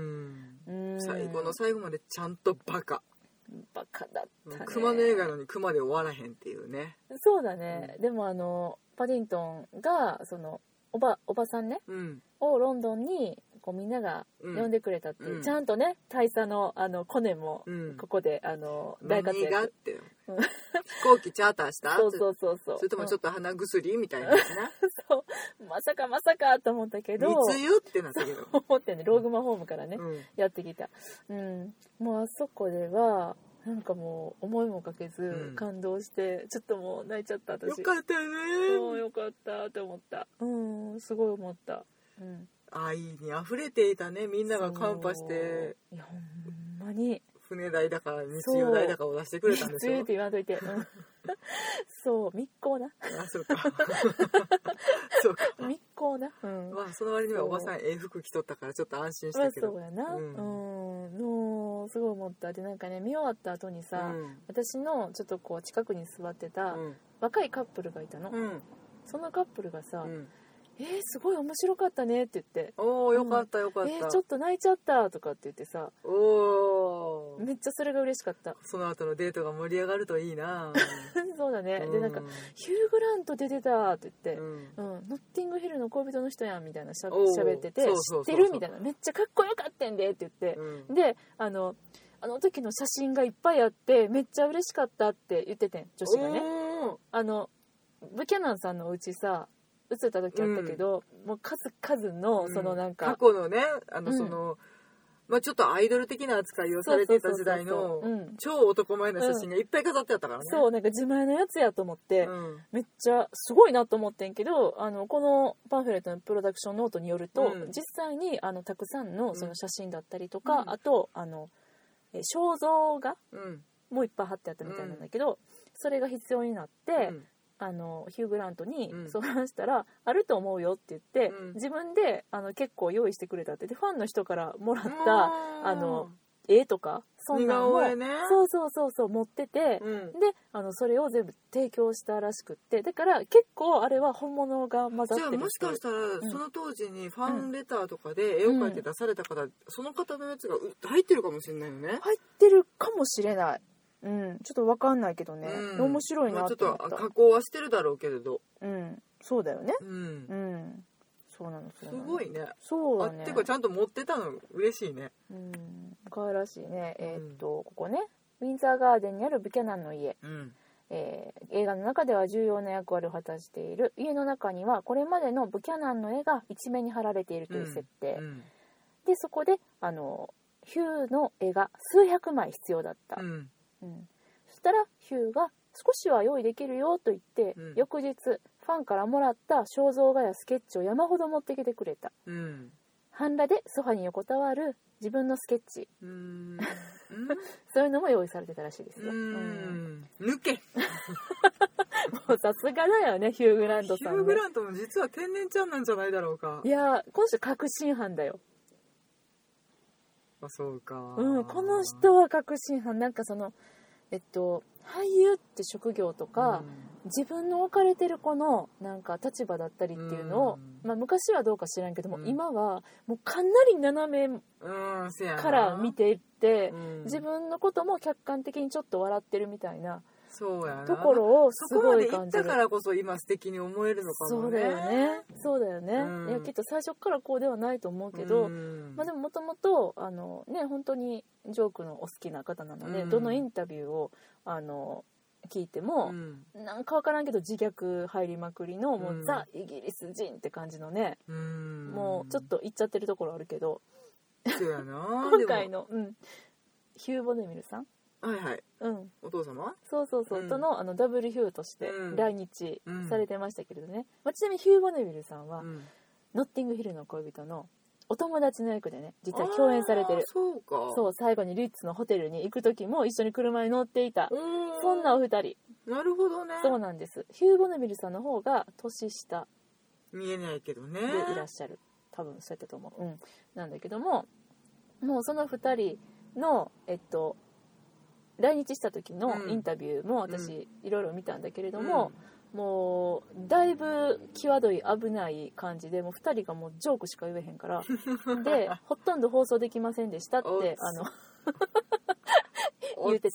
うん最後の最後までちゃんとバカバカだったね。 熊の映画なのに熊で終わらへんっていうね。 そうだね、うん、でもあのパディントンがそのおば、おばさんね、うん、をロンドンにこうみんなが呼んでくれたっていう、うん、ちゃんとね大佐のあのコネもここで、うん、あの大活躍。 何がって飛行機チャーターしたそうそうそうそうそれともちょっと鼻薬みたいなやつなそうまさかまさかと思ったけど密輸ってなったけど思ってねローグマホームからね、うん、やってきた、うん、もうあそこではなんかもう思いもかけず感動して、うん、ちょっともう泣いちゃった私。 よかったねもうよかったって思った。うんすごい思った、うん、 愛に溢れていたね。みんながカンパしていやほんまに船代だか密輸代だかを出してくれたんでしょ。密輸って言わんといて、うん、そう密航なあそうかそうか密航な、うん、 まあその割にはおばさんええ服着とったからちょっと安心したけど、 まあ、そうやな、うん、うん、のすごい思った。でなんかね見終わった後にさ、うん、私のちょっとこう近くに座ってた若いカップルがいたの、うん、そのカップルがさ、うん、 えー、すごい面白かったねって言って、 おーよかったよかった、 うん、えー、ちょっと泣いちゃったとかって言ってさ、 おめっちゃそれが嬉しかった。 その後のデートが盛り上がるといいなそうだね、うん、でなんかヒュー・グラント出てたって言って、うんうん、ノッティングヒルの恋人の人やんみたいなしゃ喋ってて、そうそうそうそう、知ってるみたいな、めっちゃかっこよかったんでって言って、うん、であのあの時の写真がいっぱいあってめっちゃ嬉しかったって言っててん、女子がね。あのブキャナンさんのうちさ映った時あったけど、うん、もう数々のそのなんか、 うん、過去のねあのその、うん、まあちょっとアイドル的な扱いをされていた時代の超男前な写真がいっぱい飾ってあったからね、 うん、そうなんか自前のやつやと思って、うん、めっちゃすごいなと思ってんけど、あのこのパンフレットのプロダクションノートによると、うん、実際にあのたくさんのその写真だったりとか、うん、あとあの肖像画もいっぱい貼ってあったみたいなんだけど、それが必要になって、うん、あのヒュー・グラントに相談したら、うん、あると思うよって言って、うん、自分であの結構用意してくれたって、でファンの人からもらったあの絵とかそんなのも、ね、そうそうそうそう持ってて、うん、であのそれを全部提供したらしくって、だから結構あれは本物が混ざってる。 じゃあもしかしたら、うん、その当時にファンレターとかで絵を描いて出された方、うん、その方のやつが入ってるかもしれないよね。 入ってるかもしれない。うん、ちょっと分かんないけどね、うん、面白いなって思った、 まあ、ちょっと加工はしてるだろうけれど、 うん、そうだよね、うん、うん、そうなのそうなのすごいね。 そうだね。 あってかちゃんと持ってたの嬉しいね。 うん、可愛らしいね。えー、っとここねウィンザーガーデンにあるブキャナンの家、うん、えー、映画の中では重要な役割を果たしている。家の中にはこれまでのブキャナンの絵が一面に貼られているという設定、うんうん、でそこであのヒューの絵が数百枚必要だった、うんうん、そしたらヒューが少しは用意できるよと言って、うん、翌日ファンからもらった肖像画やスケッチを山ほど持ってきてくれた、うん、半裸でソファに横たわる自分のスケッチ、うん、そういうのも用意されてたらしいですよ。うん、 抜けもうさすがだよねヒュー・グラントさん、ね、 ヒュー・グラントも実は天然ちゃんなんじゃないだろうか。 いや今週確信犯だよ。 あ、そうか、 うん、この人は確信犯。なんかそのえっと俳優って職業とか、うん、自分の置かれてるこのなんか立場だったりっていうのを、うん、まあ、昔はどうか知らんけども、うん、今はもうかなり斜めから見ていって、うん、自分のことも客観的にちょっと笑ってるみたいなそうやなところをすごい感じる。 そこまで行ったからこそ今素敵に思えるのかもね。 そうだよねそうだよね、うん、いやきっと最初からこうではないと思うけど、うん、まあ、でももともとあのね本当にジョークのお好きな方なので、うん、どのインタビューをあの聞いても、うん、なんか分からんけど自虐入りまくりの、もう、うん、ザ・イギリス人って感じのね、うん、もうちょっと言っちゃってるところあるけどそうやな今回の、うん、ヒュー・ボネミルさんはいはい、うん、お父様そうそうそう、うん、との、あのダブルヒューとして来日されてましたけれどね、うんまあ、ちなみにヒュー・ボネミルさんは、うん、ノッティングヒルの恋人のお友達の役でね実は共演されてる。 そうか。 そう最後にリッツのホテルに行く時も一緒に車に乗っていた、そんなお二人。 なるほどね。 そうなんです。ヒュー・ボネミルさんの方が年下見えないけどねでいらっしゃる、多分そうやったと思う、うん、なんだけども、もうその二人のえっと来日した時のインタビューも私いろいろ見たんだけれども、うん、もうだいぶ際どい危ない感じでもうふたりがもうジョークしか言えへんからでほとんど放送できませんでしたってあの言ってた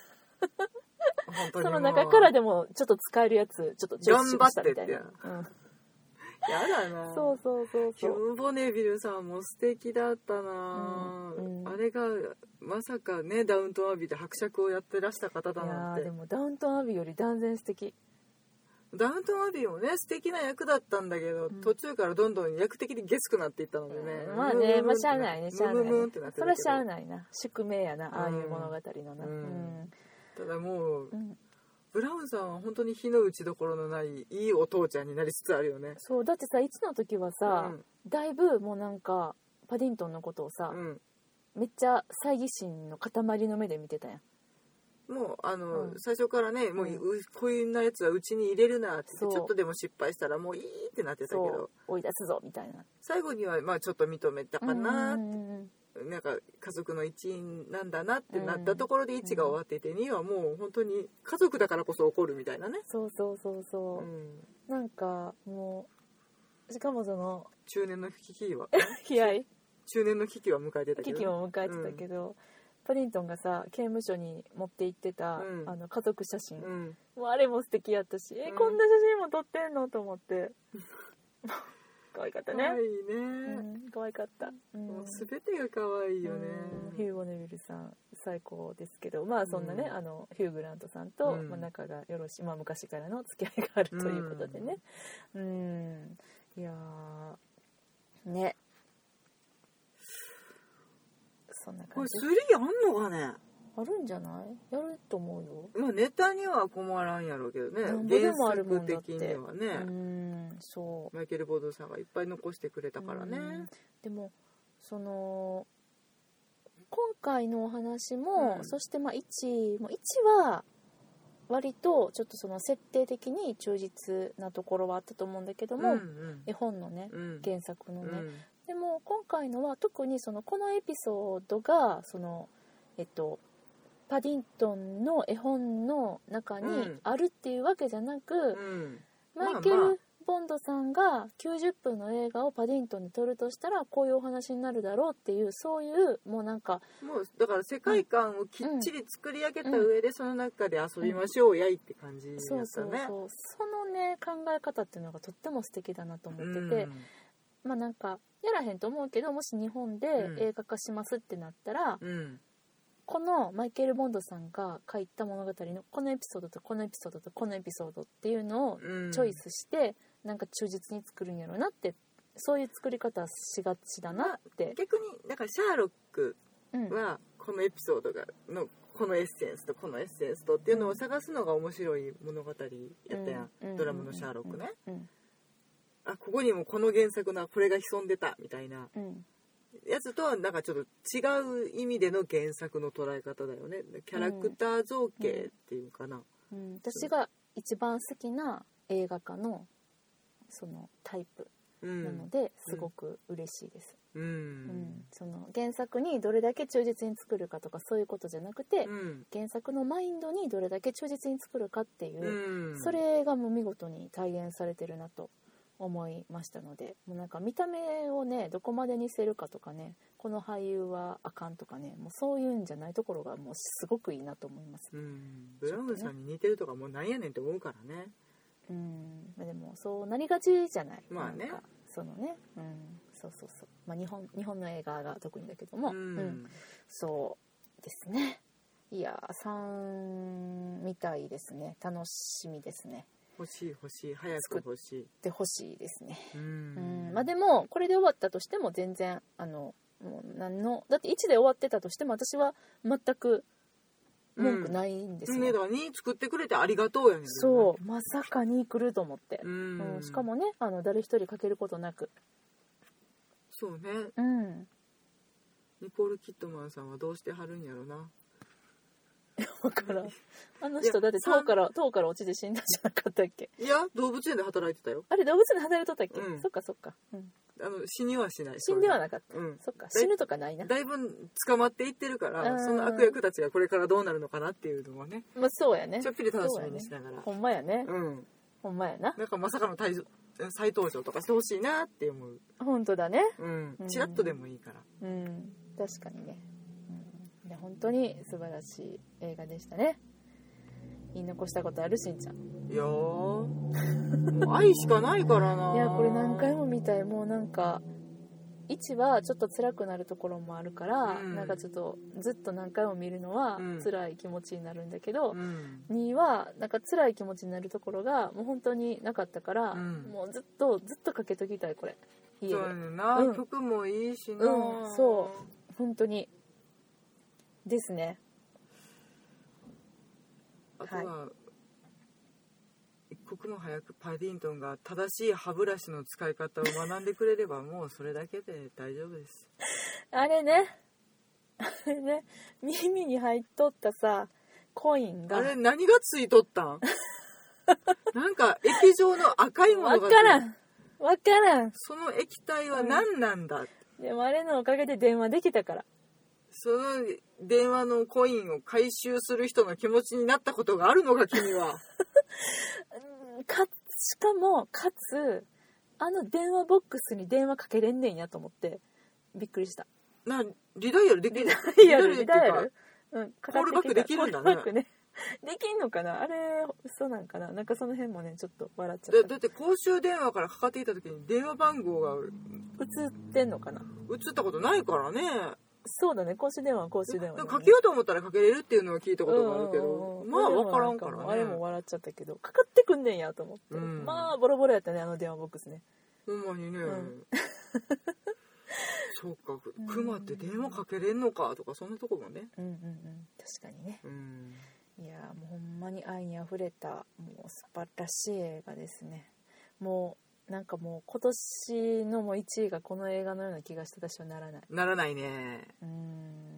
その中からでもちょっと使えるやつちょっとチョイスしましたみたいな。 やだな。 そうそうそうそう。 ヒュー・ボネビルさんも素敵だったな、うんうん、あれがまさかねダウントンアビーで伯爵をやってらした方だなんて。 いやでもダウントンアビーより断然素敵。 ダウントンアビーもね素敵な役だったんだけど、うん、途中からどんどん役的にゲスくなっていったのでね、 うん、まあねまあしゃあないねしゃあないねそれはしゃあないな宿命やな、ああいう物語のな、うんうん、 ただもう、うんブラウンさんは本当に火の打ちどころのないいいお父ちゃんになりつつあるよね。 そうだってさいつの時はさ、うん、だいぶもうなんかパディントンのことをさ、うん、めっちゃ猜疑心の塊の目で見てたやん。 もうあの、うん、最初からねもう、うん、こういうやつはうちに入れるなってちょっとでも失敗したらもういいってなってたけど追い出すぞみたいな最後にはまあちょっと認めたかなって、うんうんうんなんか家族の一員なんだなってなったところでいちが終わっていて、うん、にはもう本当に家族だからこそ起こるみたいなね。 そうそうそうそう、うん、なんかもうしかもその中年の危機は悲哀中年の危機は迎えてたけど、ね、 危機も迎えてたけど、うん、パディントンがさ刑務所に持って行ってた、うん、あの家族写真、うん、もうあれも素敵やったし、うん、えこんな写真も撮ってんのと思って可愛かったね。 可愛いね、うん、可愛かった、うん、 もう全てが可愛いよね、 うん、ヒューゴ・ネビルさん最高ですけど、まあそんなね、うん、あのヒュー・グラントさんと、うんまあ、仲がよろしい、まあ、昔からの付き合いがあるということでね、うん、うんいやーねそんな感じ。 これスリーあんのかね。 あるんじゃない？やると思うよ。 まあネタには困らんやろうけどね。原作的にはね。 うん、そう。 マイケル・ボードさんがいっぱい残してくれたからね。 でもその今回のお話も、うん、そしてまあいちもいちは割とちょっとその設定的に忠実なところはあったと思うんだけども、うんうん、絵本のね、うん、原作のね、うん、でも今回のは特にそのこのエピソードがそのえっとパディントンの絵本の中にあるっていうわけじゃなく、うん、マイケル・ボンドさんがきゅうじゅっぷんの映画をパディントンで撮るとしたらこういうお話になるだろうっていうそういうもうなんかもうだから世界観をきっちり作り上げた上でその中で遊びましょうやいって感じだったね。そうそうそうそのね考え方っていうのがとっても素敵だなと思ってて、うん、まあなんかやらへんと思うけどもし日本で映画化しますってなったら、うん、このマイケル・ボンドさんが書いた物語のこのエピソードとこのエピソードとこのエピソードっていうのをチョイスして、うん、なんか忠実に作るんやろうなってそういう作り方しがちだなって、まあ、 逆にだからシャーロックはこのエピソードがのこのエッセンスとこのエッセンスとっていうのを探すのが面白い物語やったやん、うん、ドラマのシャーロックね、うんうん、あここにもこの原作のこれが潜んでたみたいな、うんやつとはなんかちょっと違う意味での原作の捉え方だよね。キャラクター造形っていうかな、 うんうん、私が一番好きな映画化のそのタイプなので、うん、すごく嬉しいです、うんうん、その原作にどれだけ忠実に作るかとかそういうことじゃなくて、うん、原作のマインドにどれだけ忠実に作るかっていう、うん、それがもう見事に体現されてるなと思いましたのでもうなんか見た目をねどこまで似せるかとかねこの俳優はあかんとかねもうそういうんじゃないところがもうすごくいいなと思います。 うんブラウンさんに似てるとかもうなんやねんって思うからね。 うんでもそうなりがちじゃない。 まあねなんかそのね、うん、そうそうそう、まあ、日本日本の映画が特にだけども、うんうん、そうですね。いやさんみたいですね。楽しみですね。 欲しい欲しい早く欲しいで欲しいですね。うんうんまあでもこれで終わったとしても全然あのもう何のだっていちで終わってたとしても私は全く文句ないんですよ。 うん、ねだからに作ってくれてありがとうやねん。 そうまさかに来ると思って、うんうん、しかもねあの誰一人かけることなく。 そうね。うんニコール・キッドマンさんはどうしてはるんやろな。 だからあの人だって塔から塔から落ちて死んだんじゃなかったっけ。 いや動物園で働いてたよ。 あれ動物園で働いとったっけ、うん、そっかそっか、うん、 あの死にはしない。 死んではなかった、うん、そっか死ぬとかないな。 だいぶ捕まっていってるからその悪役たちがこれからどうなるのかなっていうのはね、 まあ、そうやねちょっぴり楽しみにしながら、ね、 ほんまやね、うん、ほんまやな。 なんかまさかの再登場とかしてほしいなって思う。 本当だね、 うん、チラッとでもいいから、 うん、うん、確かにね、うん、で本当に素晴らしい映画でしたね。言い残したことあるしんちゃん。 いやーもう愛しかないからな。 いやこれ何回も見たい。もうなんかいちはちょっと辛くなるところもあるから、うん、なんかちょっとずっと何回も見るのは辛い気持ちになるんだけど、うん、にはなんか辛い気持ちになるところがもう本当になかったから、うん、もうずっとずっとかけときたいこれ。 家でそうやな、うん、曲もいいしな、 うん、そう本当にですね。 あとは、はい、一刻も早くパディントンが正しい歯ブラシの使い方を学んでくれればもうそれだけで大丈夫です。 あれねあれね耳に入っとったさコインがあれ何がついとったんなんか液状の赤いものが分からん分からん。 その液体は何なんだ、 うん、でもあれのおかげで電話できたから。 その電話のコインを回収する人の気持ちになったことがあるのか君はかしかもかつあの電話ボックスに電話かけれんねんやと思ってびっくりした。 なリダイヤルできる？ リダイヤルリダイヤル、うん、 コールバックできるんだね。 ねできんのかなあれ。嘘なんかな。なんかその辺もねちょっと笑っちゃった。 だ, だって公衆電話からかかってきた時に電話番号が映ってんのかな。 映ったことないからね。 そうだね、公衆電話は公衆電話、ね、 かけようと思ったらかけれるっていうのは聞いたことがあるけど、まあ分からんからね。 あれも笑っちゃったけどかかってくんねんやと思って、うん、まあボロボロやったねあの電話ボックスね。 ほんまにね、うん、そうか、クマって電話かけれんのかとかそんなとこもね、 うんうんうん、確かにね、うん、いやもうほんまに愛にあふれたもう素晴らしい映画ですね。もうなんかもう今年のもういちいがこの映画のような気がして私はならない。 ならないね。うん、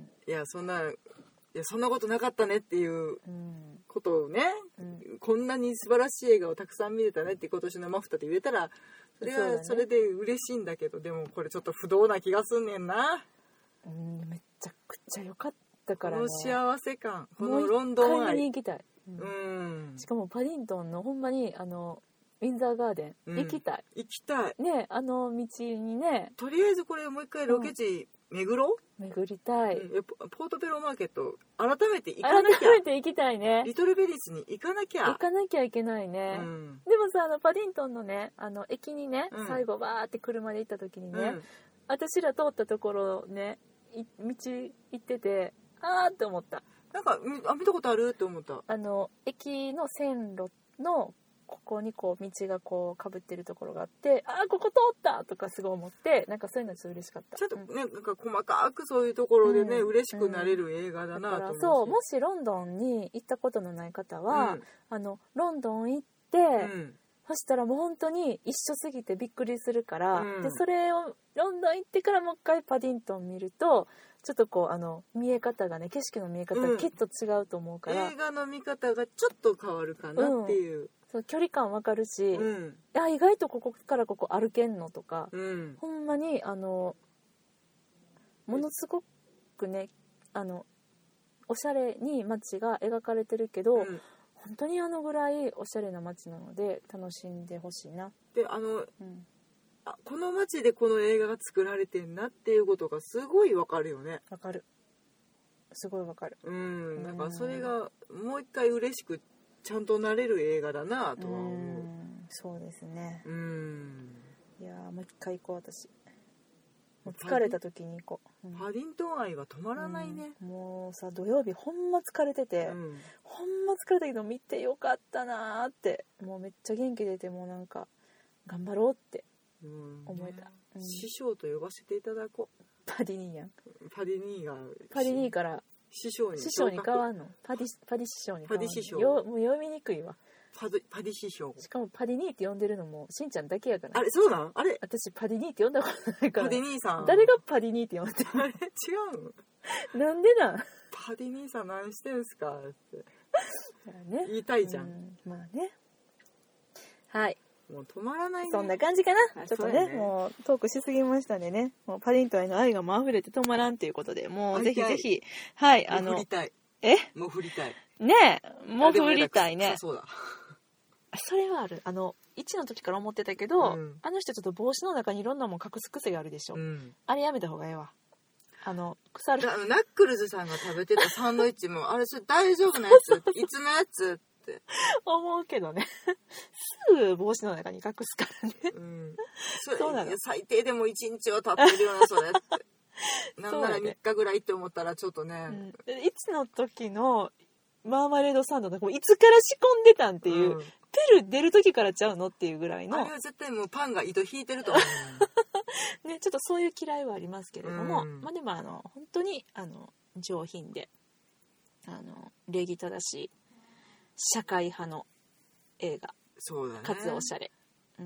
いやそんないやそんなことなかったねっていうことをね、うん、こんなに素晴らしい映画をたくさん見れたねって今年のマフタで言えたらそれはそれで嬉しいんだけど、でもこれちょっと不動な気がすんねんな。 うん、めちゃくちゃ良かったからね。 この幸せ感、このロンドン愛、もう一回見に行きたい、うんうん、 しかもパディントンのほんまにあのウィンザーガーデン、うん、行きたい行きたいね。あの道にね、 とりあえずこれもう一回ロケ地巡ろう、 うん、巡りたい、 うん、ポートベロマーケット改めて行かなきゃ。 改めて行きたいね。 リトルベリーズに行かなきゃ行かなきゃいけないね、うん、でもさあのパディントンのねあの駅にね、うん、最後バーって車で行った時にね、うん、私ら通ったところね道行っててあーって思った。 なんかあ見たことあるって思った。 あの駅の線路のここにこう道がこうかぶってるところがあって、あーここ通ったとかすごい思って、なんかそういうのちょっと嬉しかった。 ちょっとね、うん、なんか細かくそういうところでね、うん、嬉しくなれる映画だなと思うし、だからそう、もしロンドンに行ったことのない方は、うん、あのロンドン行って、うん、そしたらもう本当に一緒すぎてびっくりするから、うん、でそれをロンドン行ってからもう一回パディントン見るとちょっとこうあの見え方がね、景色の見え方がきっと違うと思うから、 うん、映画の見方がちょっと変わるかなっていう、うん、 そう距離感わかるし、うん、いや意外とここからここ歩けんのとか、うん、ほんまにあのものすごくねあのおしゃれに街が描かれてるけど、うん、本当にあのぐらいおしゃれな街なので楽しんでほしいな。 であの、うんあこの街でこの映画が作られてんなっていうことがすごいわかるよね。 わかる、すごいわかる。 うんだからそれがもう一回嬉しくちゃんとなれる映画だなとは思う。うんそうですね。うんいやもう一回行こう私。もう疲れた時に行こう、うん、 パディントン愛が止まらないね、 うん、もうさ土曜日ほんま疲れてて、うん、ほんま疲れたけど見てよかったなーってもうめっちゃ元気出てもうなんか頑張ろうって思えた、 うん、師匠と呼ばせていただこう。 パディニーやん。 パディニーがパディニーから師匠に師匠に変わんの。パディパディ師匠に変わんの。 パディ師匠よもう読みにくいわ。 パデパディ師匠。しかもパディニーって呼んでるのもしんちゃんだけやから。 あれそうなんあれ私パディニーって呼んだことないから。 パディニーさん誰がパディニーって呼んでるあれ違うのなんでなんパディニーさん何してんすかって、 ね、 言いたいじゃん、 んまあねはいもう止まらないね。 そんな感じかな。ちょっと ね, ねもうトークしすぎましたんでね。もうパディントンへの愛がもう溢れて止まらんということで、もうぜひぜひはいあのもう振りたい。 え？ もう振りたい。 ねえ、もう振りたいね。 そうだ。 それはある。あのいちの時から思ってたけど、うん、あの人ちょっと帽子の中にいろんなもん隠す癖があるでしょ。うん、あれやめた方がええわ。あの腐る。 あのナックルズさんが食べてたサンドイッチもあれそれ大丈夫なやついつのやつって思うけどねすぐ帽子の中に隠すからね、うん、 そそうなの最低でもいちにちは経ってるようなそれってなんならみっかぐらいって思ったらちょっとね、 うん、いつの時のマーマレードサンドなんかもういつから仕込んでたんっていう、うん、ペル出る時からちゃうのっていうぐらいのあれは絶対もうパンが糸引いてると思うね、ちょっとそういう嫌いはありますけれども、うん、まあでもあの本当にあの上品であの礼儀正しい社会派の映画。 そうだね。 かつおしゃれ。うん。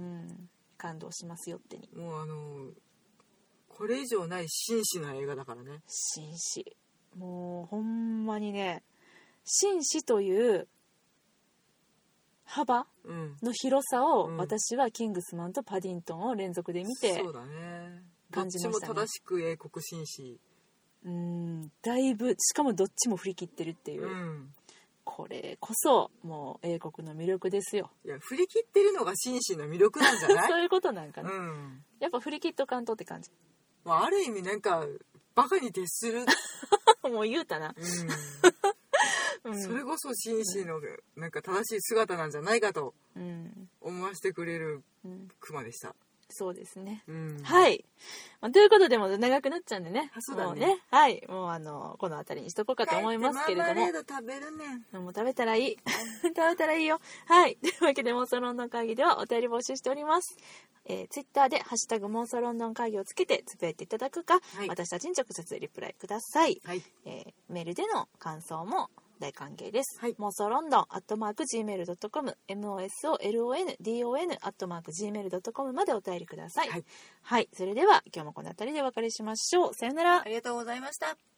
感動しますよってに。 もうあのこれ以上ない紳士な映画だからね。 紳士。もうほんまにね、紳士という幅の広さを、うん、私はキングスマンとパディントンを連続で見て、 そうだね。感じましたね。どっちも正しく英国紳士。 うん。だいぶしかもどっちも振り切ってるっていう。うんこれこそもう英国の魅力ですよ。 いや振り切ってるのが紳士の魅力なんじゃない？ そういうことなんかな、 うん、 やっぱ振り切っとかんとって感じ。 まあ、ある意味なんかバカに徹するもう言うたな、 うんうん、それこそ紳士のなんか正しい姿なんじゃないかと思わせてくれるクマでした、うんうん、 そうですね、 うん、 はい、まあ、ということでも長くなっちゃうんでね、 そうだね、 もうね、はい、もうあのこの辺りにしとこうかと思いますけれども、マーマレード食べるね。 もう食べたらいい食べたらいいよ。はい、というわけで妄想ロンドン会議ではお便り募集しております。えー、ツイッターでハッシュタグ妄想ロンドン会議をつけてつぶやいていただくか、はい、私たちに直接リプライください、 はい、 えー、メールでの感想も大歓迎です、 はい、 妄想ロンドンアットマーク ジーメールドットコム モソロンドン アットマーク ジーメールドットコム までお便りください。 はい、 はい、それでは今日もこの辺りでお別れしましょう。さよなら。 ありがとうございました。